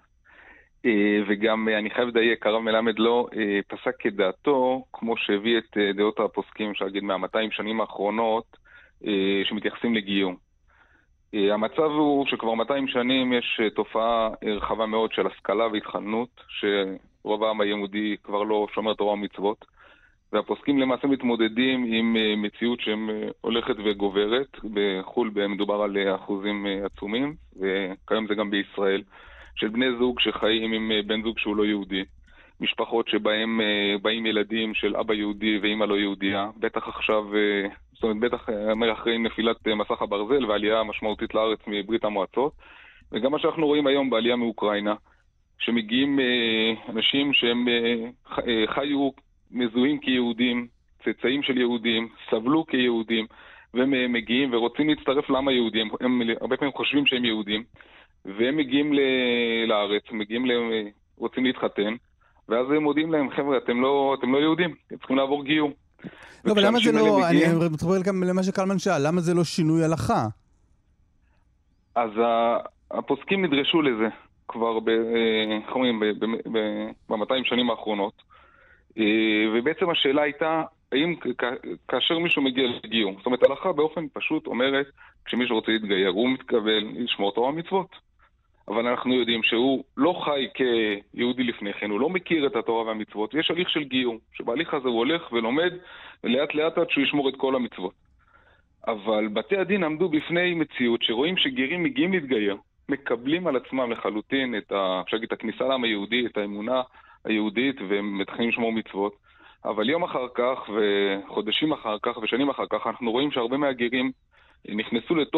וגם אני חייב לדייק, הרב מלמד לא פסק כדעתו, כמו שהביא את דעות הפוסקים, שאגיד מה-מאתיים שנים האחרונות, שמתייחסים לגיור. המצב הוא שכבר מאתיים שנים יש תופעה רחבה מאוד של השכלה והתחננות, שרוב העם היהודי כבר לא שומר תורה ומצוות, והפוסקים למעשה מתמודדים עם מציאות שהולכת וגוברת. בחול מדובר על אחוזים עצומים, וכיום זה גם בישראל, של בני זוג שחיים עם בן זוג שהוא לא יהודי. משפחות שבהם באים ילדים של אבא יהודי ואמא לא יהודייה. בטח עכשיו, זאת אומרת, בטח אחרי נפילת מסך הברזל ועלייה משמעותית לארץ מברית המועצות. וגם מה שאנחנו רואים היום בעלייה מאוקראינה, שמגיעים אנשים שהם חיו מזוהים כיהודים, צאצאים של יהודים, סבלו כיהודים, והם מגיעים ורוצים להצטרף לעם היהודי. הם, הם הרבה פעמים חושבים שהם יהודים, והם מגיעים ל- לארץ, מגיעים ל- רוצים להתחתן, ואז הם מודיעים להם, חבר'ה, אתם לא, אתם לא יהודים, אתם צריכים לעבור גיור. לא, אבל למה זה לא, מגיעים, אני מתחבר גם למה שקלמן שאל, למה זה לא שינוי הלכה? אז הפוסקים נדרשו לזה כבר ב, איך אומרים, ב-מאתיים שנים האחרונות, ובעצם השאלה הייתה, האם כאשר מישהו מגיע לגיור, זאת אומרת, הלכה באופן פשוט אומרת, כשמישהו רוצה להתגייר, הוא מתכוון לשמור תורה ומצוות. אבל אנחנו יודעים שהוא לא חי כיהודי לפני כן, הוא לא מכיר את התורה והמצוות, ויש הליך של גיור, שבהליך הזה הוא הולך ולומד, ולאט לאט עד שהוא ישמור את כל המצוות. אבל בתי הדין עמדו בפני מציאות שרואים שגרים מגיעים להתגייר, מקבלים על עצמם לחלוטין את, ה, את הכניסה לעם היהודי, את האמונה היהודית, והם מתחילים לשמור מצוות. אבל יום אחר כך, וחודשים אחר כך, ושנים אחר כך, אנחנו רואים שהרבה מהגרים נכנסו לתוך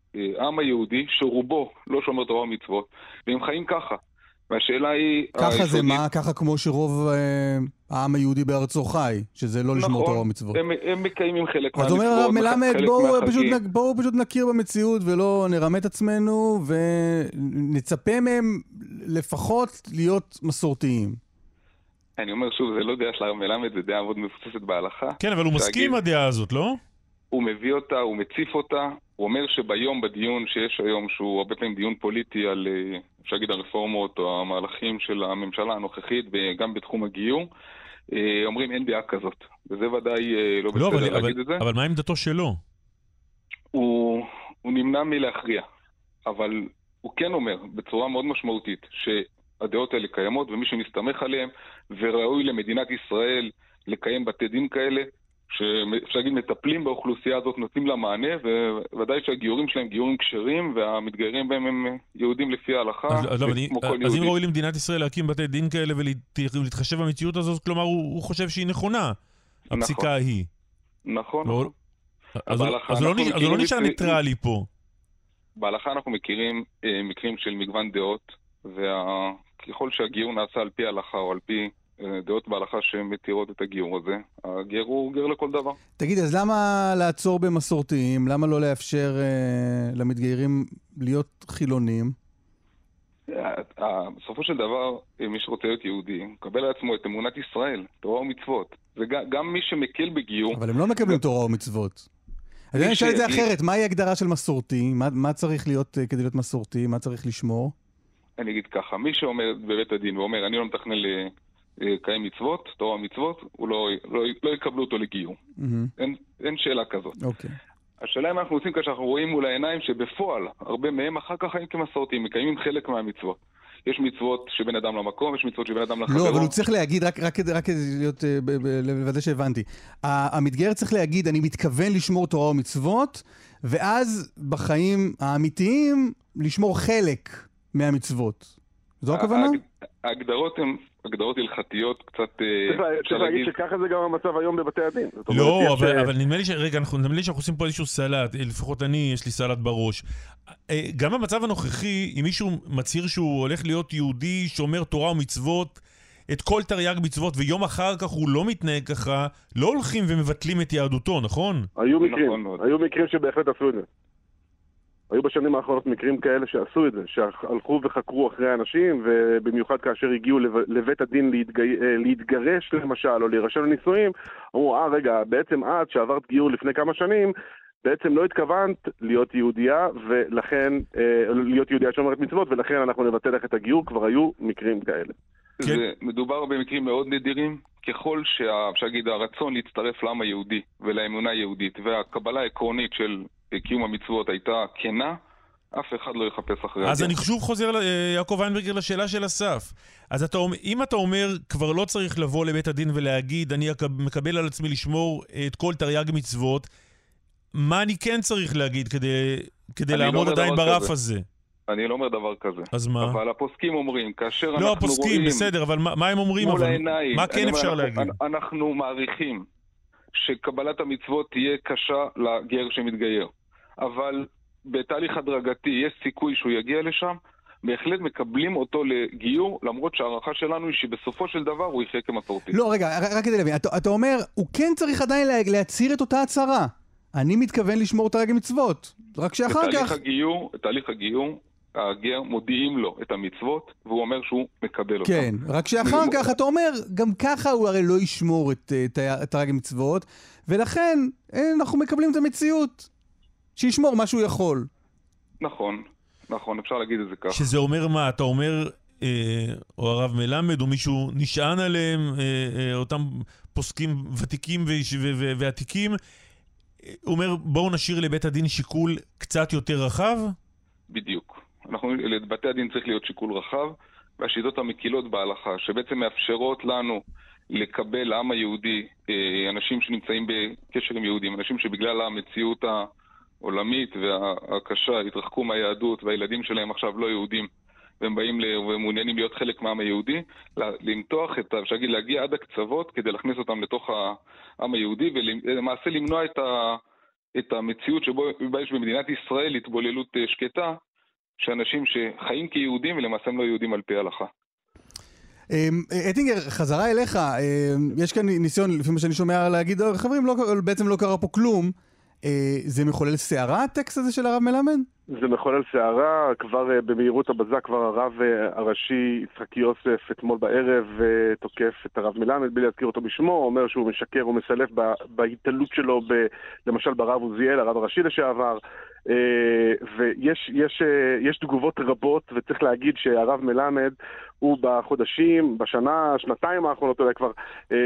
העם היהודי שרובו לא שומר תורה ומצוות, והם חיים ככה. והשאלה היא... ככה זה מה? ככה כמו שרוב אה, העם היהודי בארצו חי, שזה לא לשמור נכון, תורה ומצוות. הם, הם מקיימים חלק מהמצוות. אז אומר מלמד, בואו פשוט, בוא פשוט נכיר במציאות ולא נרמה את עצמנו, ונצפה מהם לפחות להיות מסורתיים. אני אומר שוב, זה לא דעה של הרב מלמד, זה דעה מאוד מבוססת בהלכה. כן, אבל הוא מסכים עם הדעה הזאת, לא? הוא מביא אותה, הוא מציף אותה, הוא אומר שביום, בדיון שיש היום, שהוא הרבה פעמים דיון פוליטי על, אפשר להגיד, הרפורמות או המהלכים של הממשלה הנוכחית, וגם בתחום הגיור, אומרים אין דעה כזאת. וזה ודאי לא בסדר לא, אבל, להגיד אבל, את זה. אבל מה עמדתו שלו? הוא, הוא נמנע מלהכריע, אבל הוא כן אומר בצורה מאוד משמעותית שהדעות האלה קיימות, ומי שמסתמך עליהם, וראוי למדינת ישראל לקיים בתי דין כאלה, שאפשר להגיד מטפלים באוכלוסייה הזאת, נותנים לה מענה, וודאי שהגיורים שלהם גיורים כשרים, והמתגיירים בהם הם יהודים לפי ההלכה. אז, לא, אני, אז אם ראוי למדינת ישראל להקים בתי דין כאלה ולהתחשב במציאות הזאת, כלומר הוא, הוא חושב שהיא נכונה, הפסיקה נכון. ההיא. נכון. לא, אז, אז לא, אז לא נשאר ניטרלי פה. בהלכה אנחנו מכירים אה, מקרים של מגוון דעות, וככל שהגיור נעשה על פי ההלכה או על פי דעות בהלכה שמתירות את הגיור הזה, הגר הוא גר לכל דבר. תגיד, אז למה לעצור במסורתיים? למה לא לאפשר אה, למתגיירים להיות חילונים? בסופו של דבר, מי שרוצה להיות יהודי, מקבל על עצמו את אמונת ישראל, תורה ומצוות. וגם מי שמקל בגיור... אבל הם לא מקבלים תורה ומצוות. אז אני אשאל את זה אחרת, מהי ההגדרה של מסורתי? מה, מה צריך להיות כדי להיות מסורתי? מה צריך לשמור? אני אגיד ככה, מי שאומר בבית הדין ואומר, אני לא מתכנן לקיים מצוות, תורה ומצוות, הוא לא, לא, לא יקבלו אותו לגיור. Mm-hmm. אין, אין שאלה כזאת. אוקיי. השאלה אם אנחנו עושים כשאנחנו רואים מול העיניים שבפועל, הרבה מהם אחר כך חיים כמסורתיים, מקיימים חלק מהמצוות. יש מצוות שבין אדם למקום, יש מצוות שבין אדם לחברו. לא, אבל הוא צריך להגיד, רק, רק, רק כדי להיות, לוודא שהבנתי. המתגייר צריך להגיד, אני מתכוון לשמור תורה ומצוות, ואז בחיים האמיתיים לשמור חלק מהמצוות. זו הכוונה? ההגדרות הן הגדרות הלכתיות קצת... צריך להגיד שככה זה גם המצב היום בבתי הדין. לא, אבל נדמה לי רגע, נדמה לי שאנחנו עושים פה איזשהו סלט, לפחות אני, יש לי סלט בראש. גם במצב הנוכחי, אם מישהו מצהיר שהוא הולך להיות יהודי, שומר תורה ומצוות, את כל תרי"ג מצוות, ויום אחר כך הוא לא מתנהג ככה, לא הולכים ומבטלים את יהדותו, נכון? היו מקרים, היו מקרים שבהחלט עשו את זה. היו בשנים האחרונות מקרים כאלה שעשו את זה, שהלכו וחקרו אחרי אנשים, ובמיוחד כאשר הגיעו לבית הדין להתגי... להתגרש למשל, או להירשם לנישואים, אמרו, אה רגע, בעצם עד שעברת גיור לפני כמה שנים, בעצם לא התכוונת להיות יהודייה, ולכן, להיות יהודייה שומרת מצוות, ולכן אנחנו נבטל לך את הגיור, כבר היו מקרים כאלה. זה מדובר במקרים מאוד נדירים, ככל שאפשר להגיד הרצון להצטרף לעם היהודי ולאמונה היהודית, והקבלה העקרונית של קיום המצוות הייתה כנה, אף אחד לא יחפש אחרי. אז אני שוב חוזר ליעקב איינברגר לשאלה של אסף. אז אתה, אם אתה אומר, כבר לא צריך לבוא לבית הדין ולהגיד, אני מקבל על עצמי לשמור את כל תרי"ג מצוות, מה אני כן צריך להגיד כדי, כדי לעמוד לא עדיין ברף כזה. הזה? אני לא אומר דבר כזה. אז מה? אבל הפוסקים אומרים, כאשר לא, אנחנו הפוסקים, רואים... לא, הפוסקים, בסדר, אבל מה, מה הם אומרים? מול אבל... העיניים. מה כן אפשר אומר, להגיד? אנחנו, אנחנו מעריכים שקבלת המצוות תהיה קשה לגר שמתגייר. אבל בתהליך הדרגתי יש סיכוי שהוא יגיע לשם, בהחלט מקבלים אותו לגיור, למרות שהערכה שלנו היא שבסופו של דבר הוא יחיה כמסורתי. לא, רגע, רק כדי להבין, אתה, אתה אומר, הוא כן צריך עדיין להצהיר את אותה הצהרה. אני מתכוון לשמור תרי"ג מצוות, רק שאחר כך... הגיור, תהליך הגיור, הגר מודיעים לו את המצוות, והוא אומר שהוא מקבל אותם. כן, רק שאחר כך אתה אומר, גם ככה הוא הרי לא ישמור את תרי"ג מצוות, ולכן אנחנו מקבלים את המציאות, שישמור מה שהוא יכול. נכון, נכון, אפשר להגיד את זה ככה. שזה אומר מה? אתה אומר, אה, או הרב מלמד, או מישהו נשען עליהם, אה, אה, אותם פוסקים ותיקים ועתיקים, הוא אומר, בואו נשאיר לבית הדין שיקול קצת יותר רחב? בדיוק. אנחנו, לבתי הדין צריך להיות שיקול רחב, והשיטות המקילות בהלכה, שבעצם מאפשרות לנו לקבל לעם היהודי, אנשים שנמצאים בקשר עם יהודים, אנשים שבגלל המציאות העולמית והקשה התרחקו מהיהדות, והילדים שלהם עכשיו לא יהודים, והם באים ומעוניינים להיות חלק מהעם היהודי, למתוח את, אפשר להגיד, להגיע עד הקצוות כדי להכניס אותם לתוך העם היהודי, ולמעשה למנוע את את המציאות שבו יש במדינת ישראל התבוללות שקטה, שאנשים שחיים כיהודים ולמעשה הם לא יהודים על פי ההלכה. אטינגר, חזרה אליך, יש כאן ניסיון, לפי מה שאני שומע להגיד, חברים, בעצם לא קרה פה כלום, זה מחולל שערה הטקסט הזה של הרב מלמד? זה מחולל שערה, כבר במהירות הבזק, כבר הרב הראשי יצחק יוסף אתמול בערב תוקף את הרב מלמד בלי להזכיר אותו בשמו, אומר שהוא משקר ומסלף בהתעלות שלו, ב, למשל ברב עוזיאל, הרב הראשי לשעבר, ויש יש, יש תגובות רבות, וצריך להגיד שהרב מלמד הוא בחודשים, בשנה, שנתיים האחרונות אולי כבר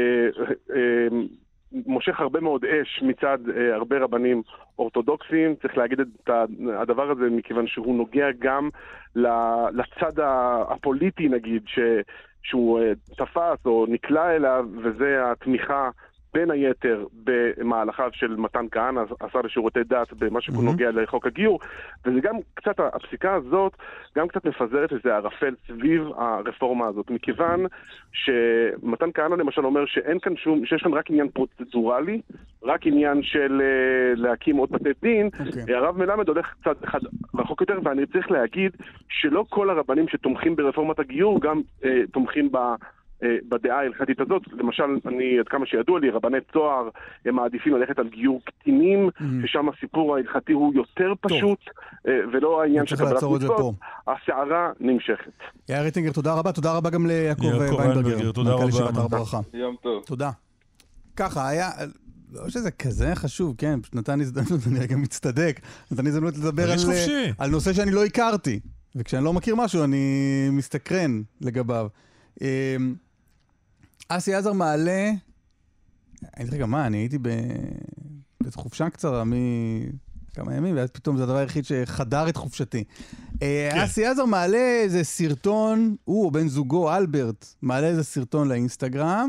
מושך הרבה מאוד אש מצד אה, הרבה רבנים אורתודוקסים. צריך להגיד את הדבר הזה מכיוון שהוא נוגע גם לצד הפוליטי נגיד ש, שהוא אה, תפס או נקלע אליו, וזה התמיכה בין היתר במהלכיו של מתן כהנא, השר לשירותי דת, במה שהוא נוגע לחוק הגיור, וזה גם קצת, הפסיקה הזאת גם קצת מפזרת איזה ערפל סביב הרפורמה הזאת, מכיוון שמתן כהנא למשל אומר שאין כאן שום, שיש כאן רק עניין פרוצדורלי, רק עניין של להקים עוד בתי דין, okay. הרב מלמד הולך קצת אחד רחוק יותר, ואני צריך להגיד שלא כל הרבנים שתומכים ברפורמת הגיור גם אה, תומכים ב... בדעה ההלכתית הזאת. למשל, אני, עד כמה שידוע לי, רבני צוהר הם מעדיפים ללכת על גיור קטינים, mm-hmm. ששם הסיפור ההלכתי הוא יותר פשוט, טוב. ולא העניין של קבלת מצוות. השערה נמשכת. יאיר אטינגר, תודה רבה. תודה רבה גם ליעקב ויינברגר. תודה רבה. יום טוב. תודה. ככה, היה... לא שזה כזה חשוב, כן, פשוט נתן הזדמנות, אני גם מצטדק, נתן הזדמנות לדבר על, על נושא שאני לא הכרתי, וכשאני לא מכיר משהו, אני מסתקרן לגביו. אסי עזר מעלה, אני אתחיל גם מה, אני הייתי בחופשה קצרה מכמה ימים, ואז פתאום זה הדבר היחיד שחדר את חופשתי. אסי עזר מעלה איזה סרטון, הוא או בן זוגו, אלברט, מעלה איזה סרטון לאינסטגרם,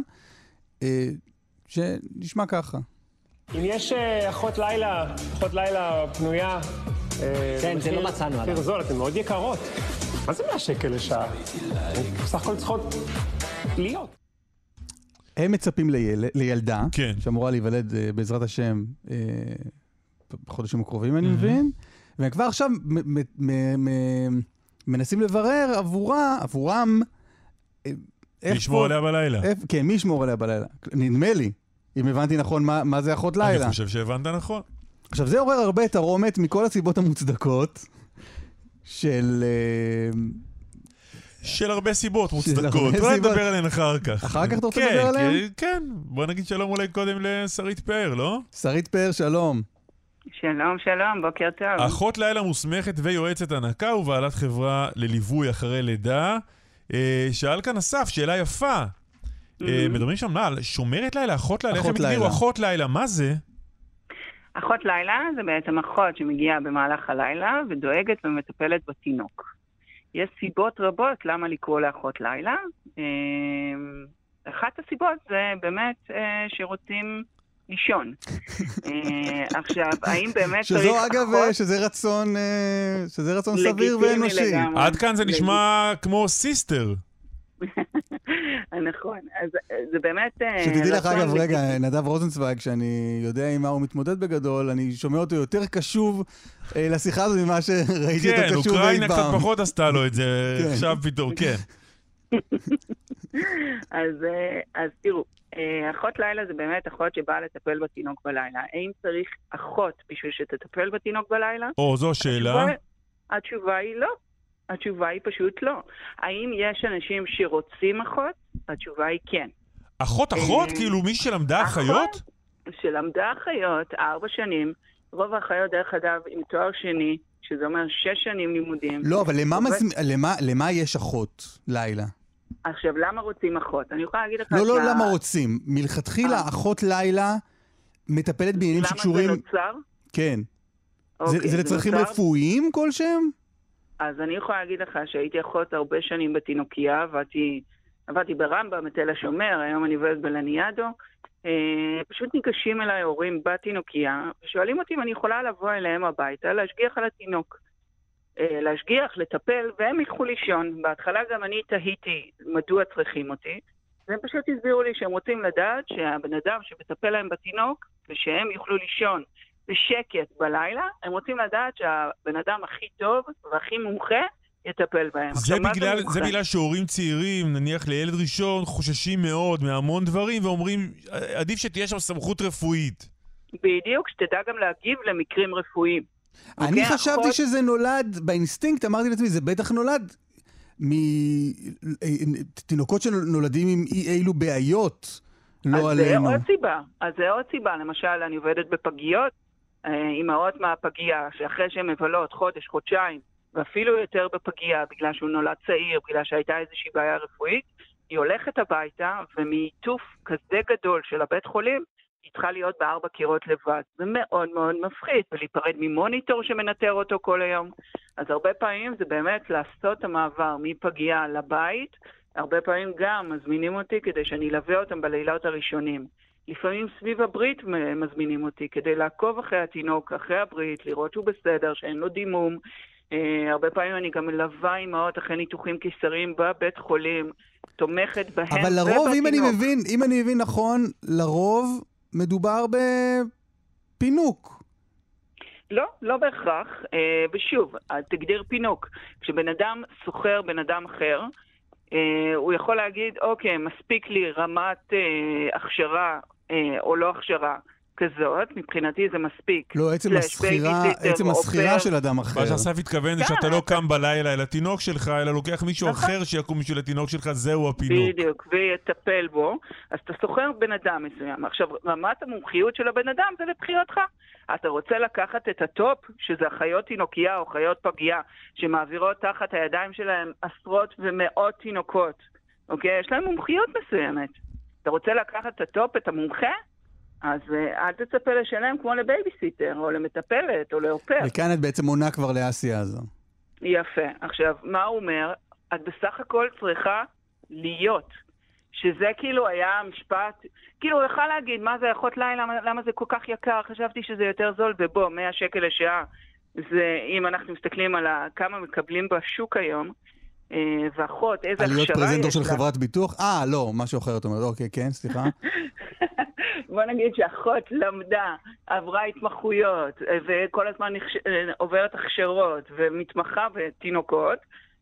שנשמע ככה. אם יש אחות לילה, אחות לילה פנויה, כן, זה לא מצאנו עליו. מחיר זול, אתן מאוד יקרות. מה זה מאה שקל לשעה? בסך הכל צריכות להיות. הם מצפים ליל... לילדה, כן. שאמורה להיוולד בעזרת השם בחודשים הקרובים, אני מבין, והם כבר עכשיו מ- מ- מ- מנסים לברר עבורה, עבורם, לשמור עליה בלילה. כן, מי ישמור עליה בלילה? נדמה לי, אם הבנתי נכון מה, מה זה אחות לילה. אני חושב שהבנת נכון. עכשיו, זה עורר הרבה תרעומת מכל הסיבות המוצדקות של... של הרבה סיבות מוצדקות. בוא נדבר עליהן אחר כך. אחר כך אתה רוצה לדבר עליהן? כן, בוא נגיד שלום אולי קודם לשרית פאר, לא? שרית פאר, שלום. שלום, שלום, בוקר טוב. אחות לילה מוסמכת ויועצת הנקה ובעלת חברה לליווי אחרי לידה. שאל כאן אסף, שאלה יפה. מדברים שם מה? שומרת לילה, אחות לילה. איך הם הגדירו אחות לילה? מה זה? אחות לילה זה בעצם אחות שמגיעה במהלך הלילה ודואגת ומטפלת בתינוק. יש סיבות רבות למה לקרוא לאחות לילה. אחת הסיבות זה באמת שרוצים לישון. עכשיו, האם באמת צריך שזו אחות... אגב, שזה רצון, שזה רצון סביר ואנושי. עד כאן זה נשמע כמו סיסטר. נכון, אז זה באמת... שתדעי לך אגב, רגע, נדב רוזנצוויג, שאני יודע עם מה הוא מתמודד בגדול, אני שומע אותו יותר קשוב לשיחה הזאת ממה שראיתי אותו קשוב. כן, אוקראינה קצת פחות עשתה לו את זה, עכשיו פתאום, כן. אז תראו, אחות לילה זה באמת אחות שבאה לטפל בתינוק בלילה. האם צריך אחות בשביל שתטפל בתינוק בלילה? או, זו השאלה. התשובה היא לא. התשובה היא פשוט לא. האם יש אנשים שרוצים אחות? התשובה היא כן. אחות אחות? כאילו מי שלמדה אחיות? שלמדה אחיות, ארבע שנים. רוב האחיות דרך אגב עם תואר שני, שזה אומר שש שנים לימודים. לא, אבל למה, מזמ... למה, למה יש אחות לילה? עכשיו, למה רוצים אחות? אני יכולה להגיד לך... לא, לא, שה... למה רוצים? מלכתחילה אחות לילה מטפלת בעניינים שקשורים... למה זה נוצר? כן. אוקיי, זה, זה לצרכים נוצר? רפואיים כלשהם? אז אני יכולה להגיד לך שהייתי אחות הרבה שנים בתינוקיה, עבדתי, עבדתי ברמב"ם, בתל השומר, היום אני עובדת בלניאדו. אה, פשוט ניגשים אליי הורים בתינוקיה, ושואלים אותי אם אני יכולה לבוא אליהם הביתה, להשגיח על התינוק. אה, להשגיח, לטפל, והם ילכו לישון. בהתחלה גם אני תהיתי מדוע צריכים אותי, והם פשוט הסבירו לי שהם רוצים לדעת שהבן אדם שמטפל להם בתינוק, ושהם יוכלו לישון בשקט בלילה, הם רוצים לדעת שהבן אדם הכי טוב והכי מומחה יטפל בהם. זה עכשיו, בגלל, זה זה בגלל שהורים צעירים, נניח לילד ראשון, חוששים מאוד מהמון דברים, ואומרים, עדיף שתהיה שם סמכות רפואית. בדיוק, שתדע גם להגיב למקרים רפואיים. אני חשבתי שזה נולד, באינסטינקט אמרתי לעצמי, זה בטח נולד מתינוקות שנולדים עם אי אילו בעיות, לא עלינו. אז זה עוד סיבה, אז זה עוד סיבה, למשל אני עובדת בפגיות, אימהות מהפגייה, שאחרי שהן מבלות חודש, חודשיים, ואפילו יותר בפגייה, בגלל שהוא נולד צעיר, בגלל שהייתה איזושהי בעיה רפואית, היא הולכת הביתה, ומעיטוף כזה גדול של הבית חולים, היא צריכה להיות בארבע קירות לבד. זה מאוד מאוד מפחיד, ולהיפרד ממוניטור שמנטר אותו כל היום. אז הרבה פעמים זה באמת לעשות את המעבר מפגייה לבית, הרבה פעמים גם מזמינים אותי כדי שאני אלווה אותם בלילות הראשונים. לפעמים סביב הברית מזמינים אותי כדי לעקוב אחרי התינוק, אחרי הברית, לראות שהוא בסדר, שאין לו דימום. Uh, הרבה פעמים אני גם מלווה אימהות אחרי ניתוחים קיסריים בבית חולים, תומכת בהם. אבל לרוב, אם אני מבין, אם אני מבין נכון, לרוב מדובר בפינוק. לא, לא בהכרח. Uh, ושוב, תגדיר פינוק. כשבן אדם סוחר בן אדם אחר, uh, הוא יכול להגיד, אוקיי, מספיק לי רמת uh, הכשרה uh, או לא הכשרה. כזאת, מבחינתי זה מספיק. לא, עצם הסחירה, עצם הסחירה של אדם אחר. מה שאסף התכוון זה שאתה לא קם בלילה אל התינוק שלך, אלא לוקח מישהו אחר שיקום בשביל התינוק שלך, זהו הפינוק. בדיוק, ויטפל בו. אז אתה סוחר בן אדם מסוים. עכשיו, רמת המומחיות של הבן אדם זה לבחירתך. אתה רוצה לקחת את הטופ, שזה חיות תינוקייה או חיות פגייה, שמעבירות תחת הידיים שלהם עשרות ומאות תינוקות. אוקיי? יש להם מומחיות מסוימת. אתה רוצה לקחת את הטופ, את המומחה? אז אל תצפה לשלם כמו לבייביסיטר, או למטפלת, או לאופר. וכאן את בעצם עונה כבר לאסיה הזו. יפה. עכשיו, מה הוא אומר? את בסך הכל צריכה להיות. שזה כאילו היה משפט, כאילו הוא יכול להגיד, מה זה אחות לילה, למה זה כל כך יקר? חשבתי שזה יותר זול, ובוא, מאה שקל לשעה. זה, אם אנחנו מסתכלים על כמה מקבלים בשוק היום, ואחות, איזה הכשרה יש לה. להיות פרזנטור של חברת ביטוח? אה, לא, משהו אחר, את אומרת, אוקיי, כן, סליחה. בוא נגיד שאחות למדה, עברה התמחויות, וכל הזמן עוברת הכשרות, ומתמחה בתינוקות,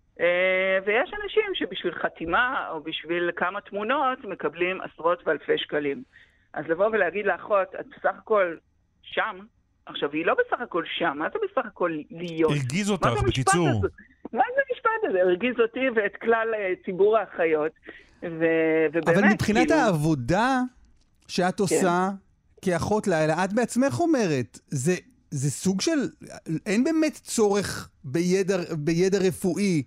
ויש אנשים שבשביל חתימה, או בשביל כמה תמונות, מקבלים עשרות ואלפי שקלים. אז לבוא ולהגיד לאחות, את בסך הכל שם, עכשיו, היא לא בסך הכל שם, מה זה בסך הכל להיות? הרגיז אותך, בקיצור. מה זה המשפט הזה? הרגיז אותי ואת כלל ציבור האחיות, ובאמת... אבל מבחינת העבודה שאת עושה כאחות לילה, את בעצמך אומרת, זה סוג של... אין באמת צורך בידע רפואי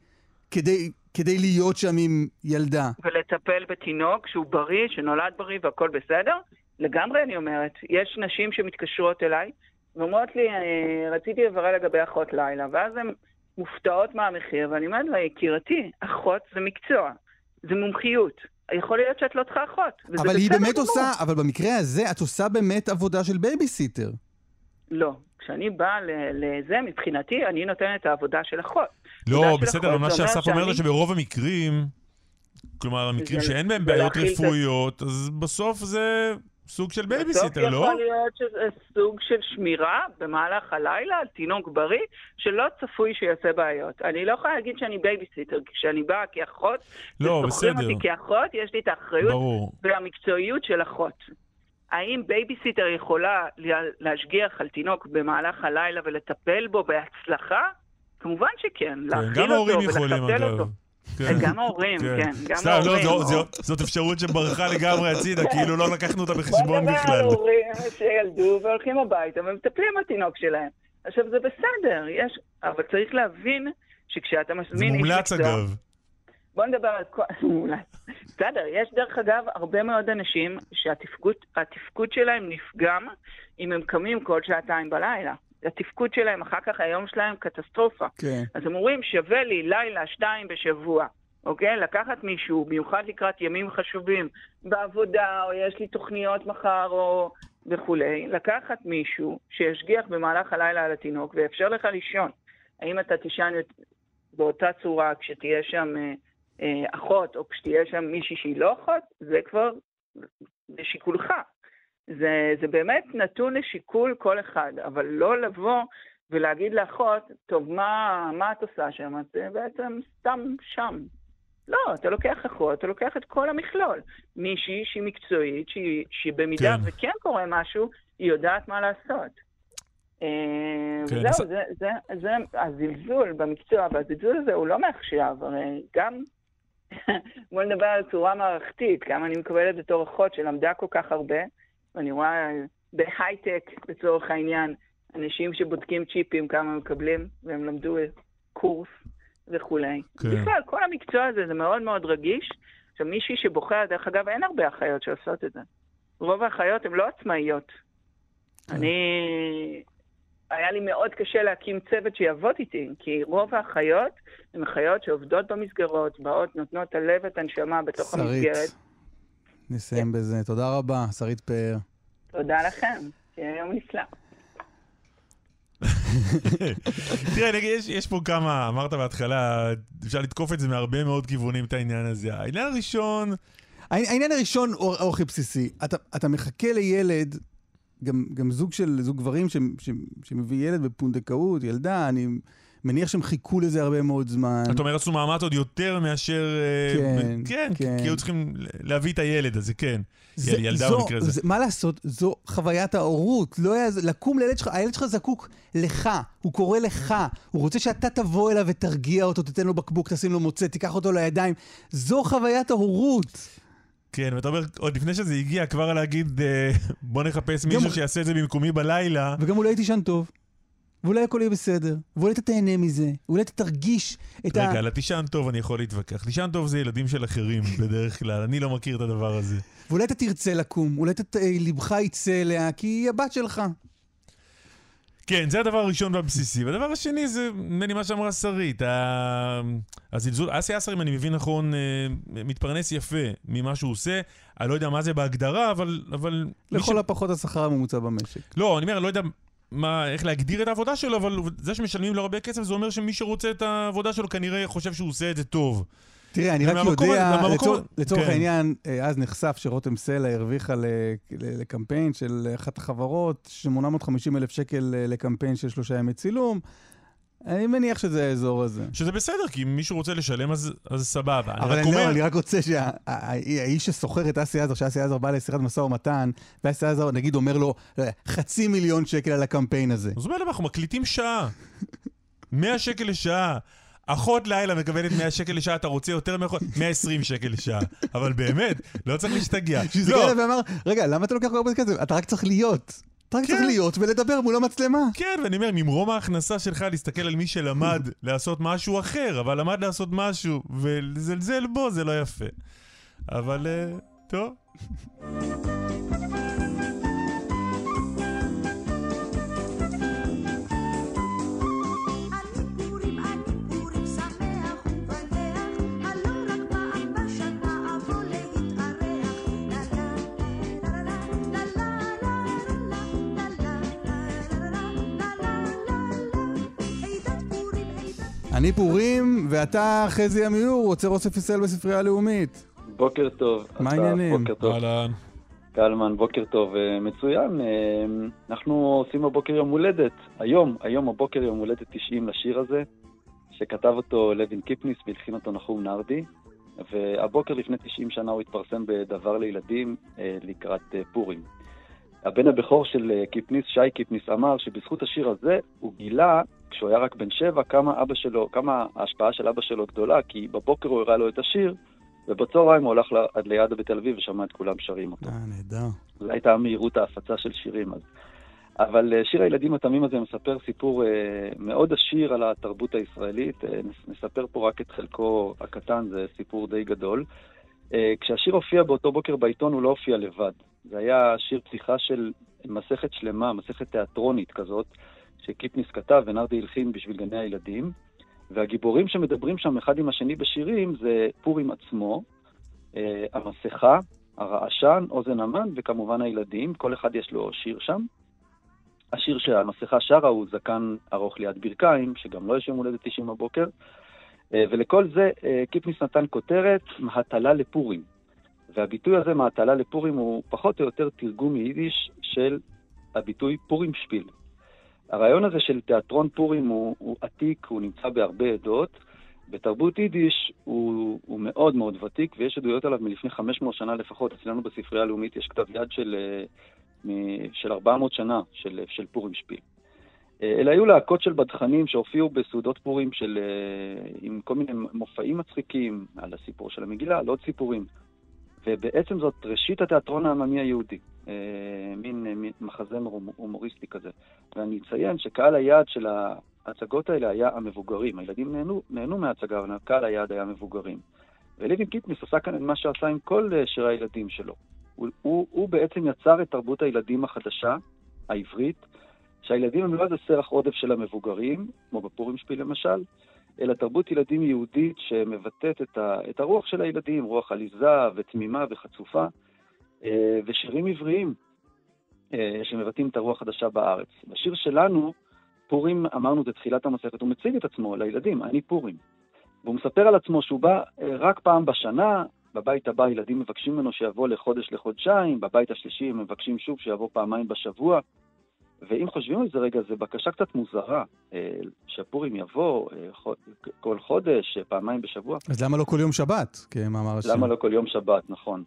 כדי להיות שם עם ילדה. ולטפל בתינוק שהוא בריא, שנולד בריא והכל בסדר? לגמרי אני אומרת. יש נשים שמתקשרות אליי, ואומרות לי, רציתי לברר לגבי אחות לילה, ואז הן מופתעות מהמחיר, ואני אומרת לה, יקירתי, אחות זה מקצוע, זה מומחיות. יכול להיות שאת לא צריכה אחות. אבל היא באמת עושה, אבל במקרה הזה, את עושה באמת עבודה של בייביסיטר. לא. כשאני באה לזה, מבחינתי, אני נותנת את העבודה של אחות. לא, בסדר, מה שאסף אומר זה שברוב המקרים, כלומר, המקרים שאין בהם בעיות רפואיות, אז בסוף זה... סוג של בייביסיטר, לא? בסוף יכול להיות שזה סוג של שמירה במהלך הלילה על תינוק בריא, שלא צפוי שיעשה בעיות. אני לא יכולה להגיד שאני בייביסיטר, כשאני באה כאחות, לא, בסדר. אותי כאחות, יש לי את האחריות ברור. והמקצועיות של אחות. האם בייביסיטר יכולה להשגיח על תינוק במהלך הלילה ולטפל בו בהצלחה? כמובן שכן. כן, גם ההורים יכולים, אגב. גם ההורים, כן. גם ההורים. זאת אפשרות שברחה לגמרי הצידה, כאילו לא לקחנו אותה בחשבון בכלל. בוא נדבר על הורים שילדו והולכים הביתה ומטפלים בתינוק שלהם. עכשיו זה בסדר, אבל צריך להבין שכשאתה מזמין... זה מומלץ אגב. בוא נדבר על... מומלץ. בסדר, יש דרך אגב הרבה מאוד אנשים שהתפקוד שלהם נפגם אם הם קמים כל שעתיים בלילה. התפקוד שלהם, אחר כך היום שלהם קטסטרופה. כן. אז הם אומרים, שווה לי לילה, שתיים בשבוע, אוקיי? לקחת מישהו, מיוחד לקראת ימים חשובים, בעבודה, או יש לי תוכניות מחר, או וכולי, לקחת מישהו שישגיח במהלך הלילה על התינוק, ואפשר לך לישון. האם אתה תישן באותה צורה כשתהיה שם אה, אה, אחות, או כשתהיה שם מישהי שהיא לא אחות, זה כבר בשיקולך. זה, זה באמת נתון לשיקול כל אחד, אבל לא לבוא ולהגיד לאחות, טוב, מה, מה את עושה שם? את בעצם סתם שם. לא, אתה לוקח אחות, אתה לוקח את כל המכלול. מישהי שהיא מקצועית, שהיא, שהיא במידה כן. וכן קורה משהו, היא יודעת מה לעשות. כן. וזהו, זה, זה, זה הזלזול במקצוע, והזלזול הזה הוא לא מעכשיו, הרי גם, בוא נדבר על צורה מערכתית, כמה אני מקבלת בתור אחות שלמדה כל כך הרבה, ואני רואה בהייטק, לצורך העניין, אנשים שבודקים צ'יפים, כמה מקבלים, והם למדו קורס וכולי. כן. בכלל, כל המקצוע הזה זה מאוד מאוד רגיש. עכשיו, מישהי שבוחר, דרך אגב, אין הרבה אחיות שעושות את זה. רוב האחיות הן לא עצמאיות. כן. אני... היה לי מאוד קשה להקים צוות שיעבוד איתי, כי רוב האחיות הן אחיות שעובדות במסגרות, באות, נותנות את הלב ואת הנשמה בתוך שרית. המסגרת. נסיים כן. בזה. תודה רבה, שרית פאר. תודה לכם. שיהיה יום נפלא. תראה, נגיד, יש, יש פה כמה, אמרת בהתחלה, אפשר לתקוף את זה מהרבה מאוד כיוונים, את העניין הזה. העניין הראשון... העניין הראשון הוא הכי בסיסי. אתה, אתה מחכה לילד, גם, גם זוג של, זוג גברים ש, ש, שמביא ילד בפונדקאות, ילדה, אני מניח שהם חיכו לזה הרבה מאוד זמן. אתה אומר, עשו מאמץ עוד יותר מאשר... כן, כן, כן. כי היו צריכים להביא את הילד הזה, כן. זה, ילדה זו, במקרה הזה. זה, מה לעשות? זו חוויית ההורות. לא היה, לקום לילד שלך, הילד שלך זקוק לך, הוא קורא לך, הוא רוצה שאתה תבוא אליו ותרגיע אותו, תתן לו בקבוק, תשים לו מוצא, תיקח אותו לידיים. זו חוויית ההורות. כן, ואתה אומר, עוד לפני שזה הגיע, כבר להגיד, בוא נחפש מישהו שיעשה את זה במקומי בלילה. וגם אולי תישן טוב. ואולי הכל יהיה בסדר, ואולי אתה תהנה מזה, ואולי אתה תרגיש את רגע, ה... רגע, לתישן טוב אני יכול להתווכח. תישן טוב זה ילדים של אחרים בדרך כלל, אני לא מכיר את הדבר הזה. ואולי אתה תרצה לקום, אולי אתה, לבך יצא אליה, כי היא הבת שלך. כן, זה הדבר הראשון והבסיסי. והדבר השני זה, מני מה שאמרה שרית, הזלזול, אסי אסר, אם אני מבין נכון, מתפרנס יפה ממה שהוא עושה, אני לא יודע מה זה בהגדרה, אבל... אבל לכל הפחות השכר הממוצע במשק. לא, אני אומר, אני לא יודע... מה, איך להגדיר את העבודה שלו, אבל זה שמשלמים לו הרבה כסף, זה אומר שמי שרוצה את העבודה שלו כנראה חושב שהוא עושה את זה טוב. תראה, אני רק יודע, לצורך העניין, אז נחשף שרותם סלע הרוויחה לקמפיין של אחת החברות, שמונה מאות וחמישים אלף שקל לקמפיין של שלושה ימי צילום. אני מניח שזה האזור הזה. שזה בסדר, כי אם מישהו רוצה לשלם, אז סבבה. אבל אני לא, אני רק רוצה שהאיש שסוחר את אסי עזר, שאסי עזר בא לשיחת משא ומתן, ואסי עזר, נגיד, אומר לו, חצי מיליון שקל על הקמפיין הזה. זאת אומרת, אנחנו מקליטים שעה. מאה שקל לשעה. אחות לילה מקבלת מאה שקל לשעה, אתה רוצה יותר מאחות? מאה ועשרים שקל לשעה. אבל באמת, לא צריך להשתגע. שזה כאלה ואמר, רגע, למה אתה לוקח הרבה כסף? אתה רק צריך להיות. אתה רק צריך להיות ולדבר מול המצלמה. כן, ואני אומר, ממרום ההכנסה שלך להסתכל על מי שלמד לעשות משהו אחר, אבל למד לעשות משהו, ולזלזל בו זה לא יפה. אבל, טוב. אני פורים, ואתה חזי עמיור, רוצה אוסף ישראל בספרייה הלאומית. בוקר טוב. מה העניינים? בוקר טוב. קלמן, בוקר טוב. מצוין. אנחנו עושים הבוקר יום הולדת. היום, היום הבוקר יום הולדת תשעים לשיר הזה, שכתב אותו לוין קיפניס והלחין אותו נחום נרדי, והבוקר לפני תשעים שנה הוא התפרסם בדבר לילדים לקראת פורים. הבן הבכור של קיפניס, שי קיפניס, אמר שבזכות השיר הזה הוא גילה, כשהוא היה רק בן שבע, כמה אבא שלו, כמה ההשפעה של אבא שלו גדולה, כי בבוקר הוא הראה לו את השיר, ובצהריים הוא הלך עד ליד בתל אביב ושמע את כולם שרים אותו. אה, נהדר. זו הייתה מהירות ההפצה של שירים אז. אבל שיר הילדים התמים הזה מספר סיפור אה, מאוד עשיר על התרבות הישראלית. אה, נספר פה רק את חלקו הקטן, זה סיפור די גדול. אה, כשהשיר הופיע באותו בוקר בעיתון הוא לא הופיע לבד. זה היה שיר פתיחה של מסכת שלמה, מסכת תיאטרונית כזאת, שקיפניס כתב ונרדי הלחין בשביל גני הילדים. והגיבורים שמדברים שם אחד עם השני בשירים זה פורים עצמו, אה, המסכה, הרעשן, אוזן המן וכמובן הילדים. כל אחד יש לו שיר שם. השיר שהמסכה שרה הוא זקן ארוך ליד ברכיים, שגם לא יש יום הולדת תשעים בבוקר. ולכל זה קיפניס נתן כותרת, מהטלה לפורים. והביטוי הזה, מהתעלה לפורים, הוא פחות או יותר תרגום מיידיש של הביטוי פורים שפיל. הרעיון הזה של תיאטרון פורים הוא, הוא עתיק, הוא נמצא בהרבה עדות. בתרבות יידיש הוא, הוא מאוד מאוד ותיק, ויש עדויות עליו מלפני חמש מאות שנה לפחות. אצלנו בספרייה הלאומית יש כתב יד של, של ארבע מאות שנה של, של פורים שפיל. אלה היו להקות של בדחנים שהופיעו בסעודות פורים של, עם כל מיני מופעים מצחיקים, על הסיפור של המגילה, על עוד סיפורים. ובעצם זאת ראשית התיאטרון העממי היהודי, מין, מין מחזה הומוריסטי כזה. ואני אציין שקהל היעד של ההצגות האלה היה המבוגרים. הילדים נהנו, נהנו מההצגה, אבל קהל היעד היה מבוגרים. ולוין קיפניס עשה כאן את מה שעשה עם כל שירי הילדים שלו. הוא, הוא, הוא בעצם יצר את תרבות הילדים החדשה, העברית, שהילדים הם לא איזה סרח עודף של המבוגרים, כמו בפורים שפיל למשל, אלא תרבות ילדים יהודית שמבטאת את, ה, את הרוח של הילדים, רוח עליזה ותמימה וחצופה, ושירים עבריים שמבטאים את הרוח החדשה בארץ. בשיר שלנו, פורים, אמרנו, זה תחילת המסכת, הוא מציג את עצמו לילדים, אני פורים. והוא מספר על עצמו שהוא בא רק פעם בשנה, בבית הבא ילדים מבקשים ממנו שיבוא לחודש לחודשיים, בבית השלישי הם מבקשים שוב שיבוא פעמיים בשבוע, ואם חושבים על זה רגע, זה בקשה קצת מוזרה, שהפורים יבוא כל חודש, פעמיים בשבוע. אז למה לא כל יום שבת, כמאמר השם? למה לא כל יום שבת, נכון.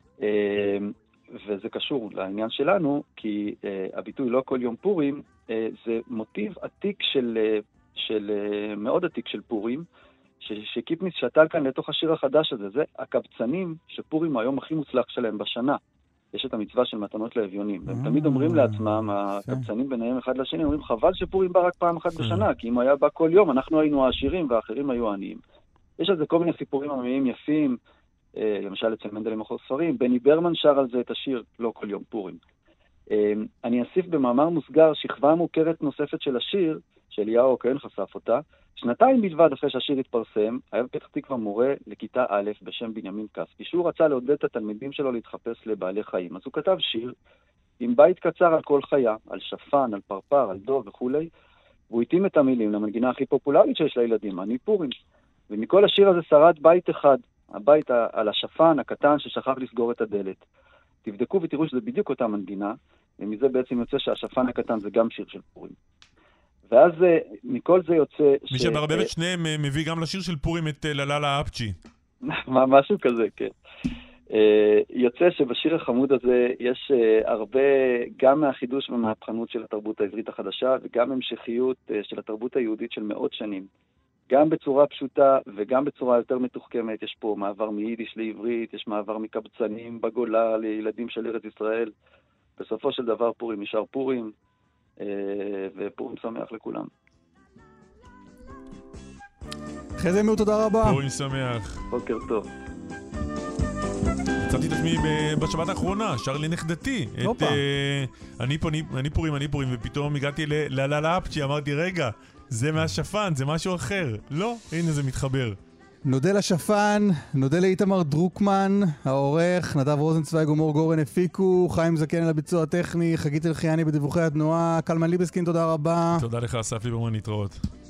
וזה קשור לעניין שלנו, כי הביטוי לא כל יום פורים, זה מוטיב עתיק של, של מאוד עתיק של פורים, שקיפניס שתל כאן לתוך השיר החדש הזה. זה הקבצנים שפורים היום הכי מוצלח שלהם בשנה. יש את המצווה של מתנות לאביונים. והם תמיד אומרים לעצמם, הקבצנים ביניהם אחד לשני, אומרים, חבל שפורים בא רק פעם אחת בשנה, כי אם הוא היה בא כל יום, אנחנו היינו העשירים והאחרים היו העניים. יש על זה כל מיני סיפורים עממיים יפים, למשל אצל מנדל למחוז ספרים, בני ברמן שר על זה את השיר לא כל יום פורים. אני אוסיף במאמר מוסגר שכבה מוכרת נוספת של השיר, שאליהו הכהן חשף אותה, שנתיים בלבד אחרי שהשיר התפרסם, היה בפתח תקווה מורה לכיתה א' בשם בנימין כספי, שהוא רצה לעודד את התלמידים שלו להתחפש לבעלי חיים. אז הוא כתב שיר עם בית קצר על כל חיה, על שפן, על פרפר, על דוב וכו', והוא התאים את המילים למנגינה הכי פופולרית שיש לילדים, אני פורים. ומכל השיר הזה שרד בית אחד, הבית על השפן הקטן ששכח לסגור את הדלת. תבדקו ותראו שזה בדיוק אותה מנגינה, ומזה בעצם יוצא שהשפן הקטן זה גם שיר של פורים. ואז מכל זה יוצא... מי שברבב את שניהם מביא גם לשיר של פורים את לללה אפצ'י. משהו כזה, כן. יוצא שבשיר החמוד הזה יש הרבה, גם מהחידוש ומהפכנות של התרבות העברית החדשה, וגם המשכיות של התרבות היהודית של מאות שנים. גם בצורה פשוטה וגם בצורה יותר מתוחכמת. יש פה מעבר מיידיש לעברית, יש מעבר מקבצנים בגולה לילדים של ארץ ישראל. בסופו של דבר פורים נשאר פורים, ופורים שמח לכולם. חזי אמיר, תודה רבה. פורים שמח. בוקר טוב. מצאתי את עצמי בשבת האחרונה, שר לי נכדתי. את אני פורים, אני פורים, ופתאום הגעתי לללה אפצ'י, אמרתי, רגע, זה מהשפן, זה משהו אחר. לא, הנה זה מתחבר. נודה לשפן, נודה לאיתמר דרוקמן, העורך, נדב רוזנצוויג ומור גורן הפיקו, חיים זקן על הביצוע הטכני, חגית אלחייני בדיווחי התנועה, קלמן ליבסקין, תודה רבה. תודה לך, אסף ליברמן, להתראות.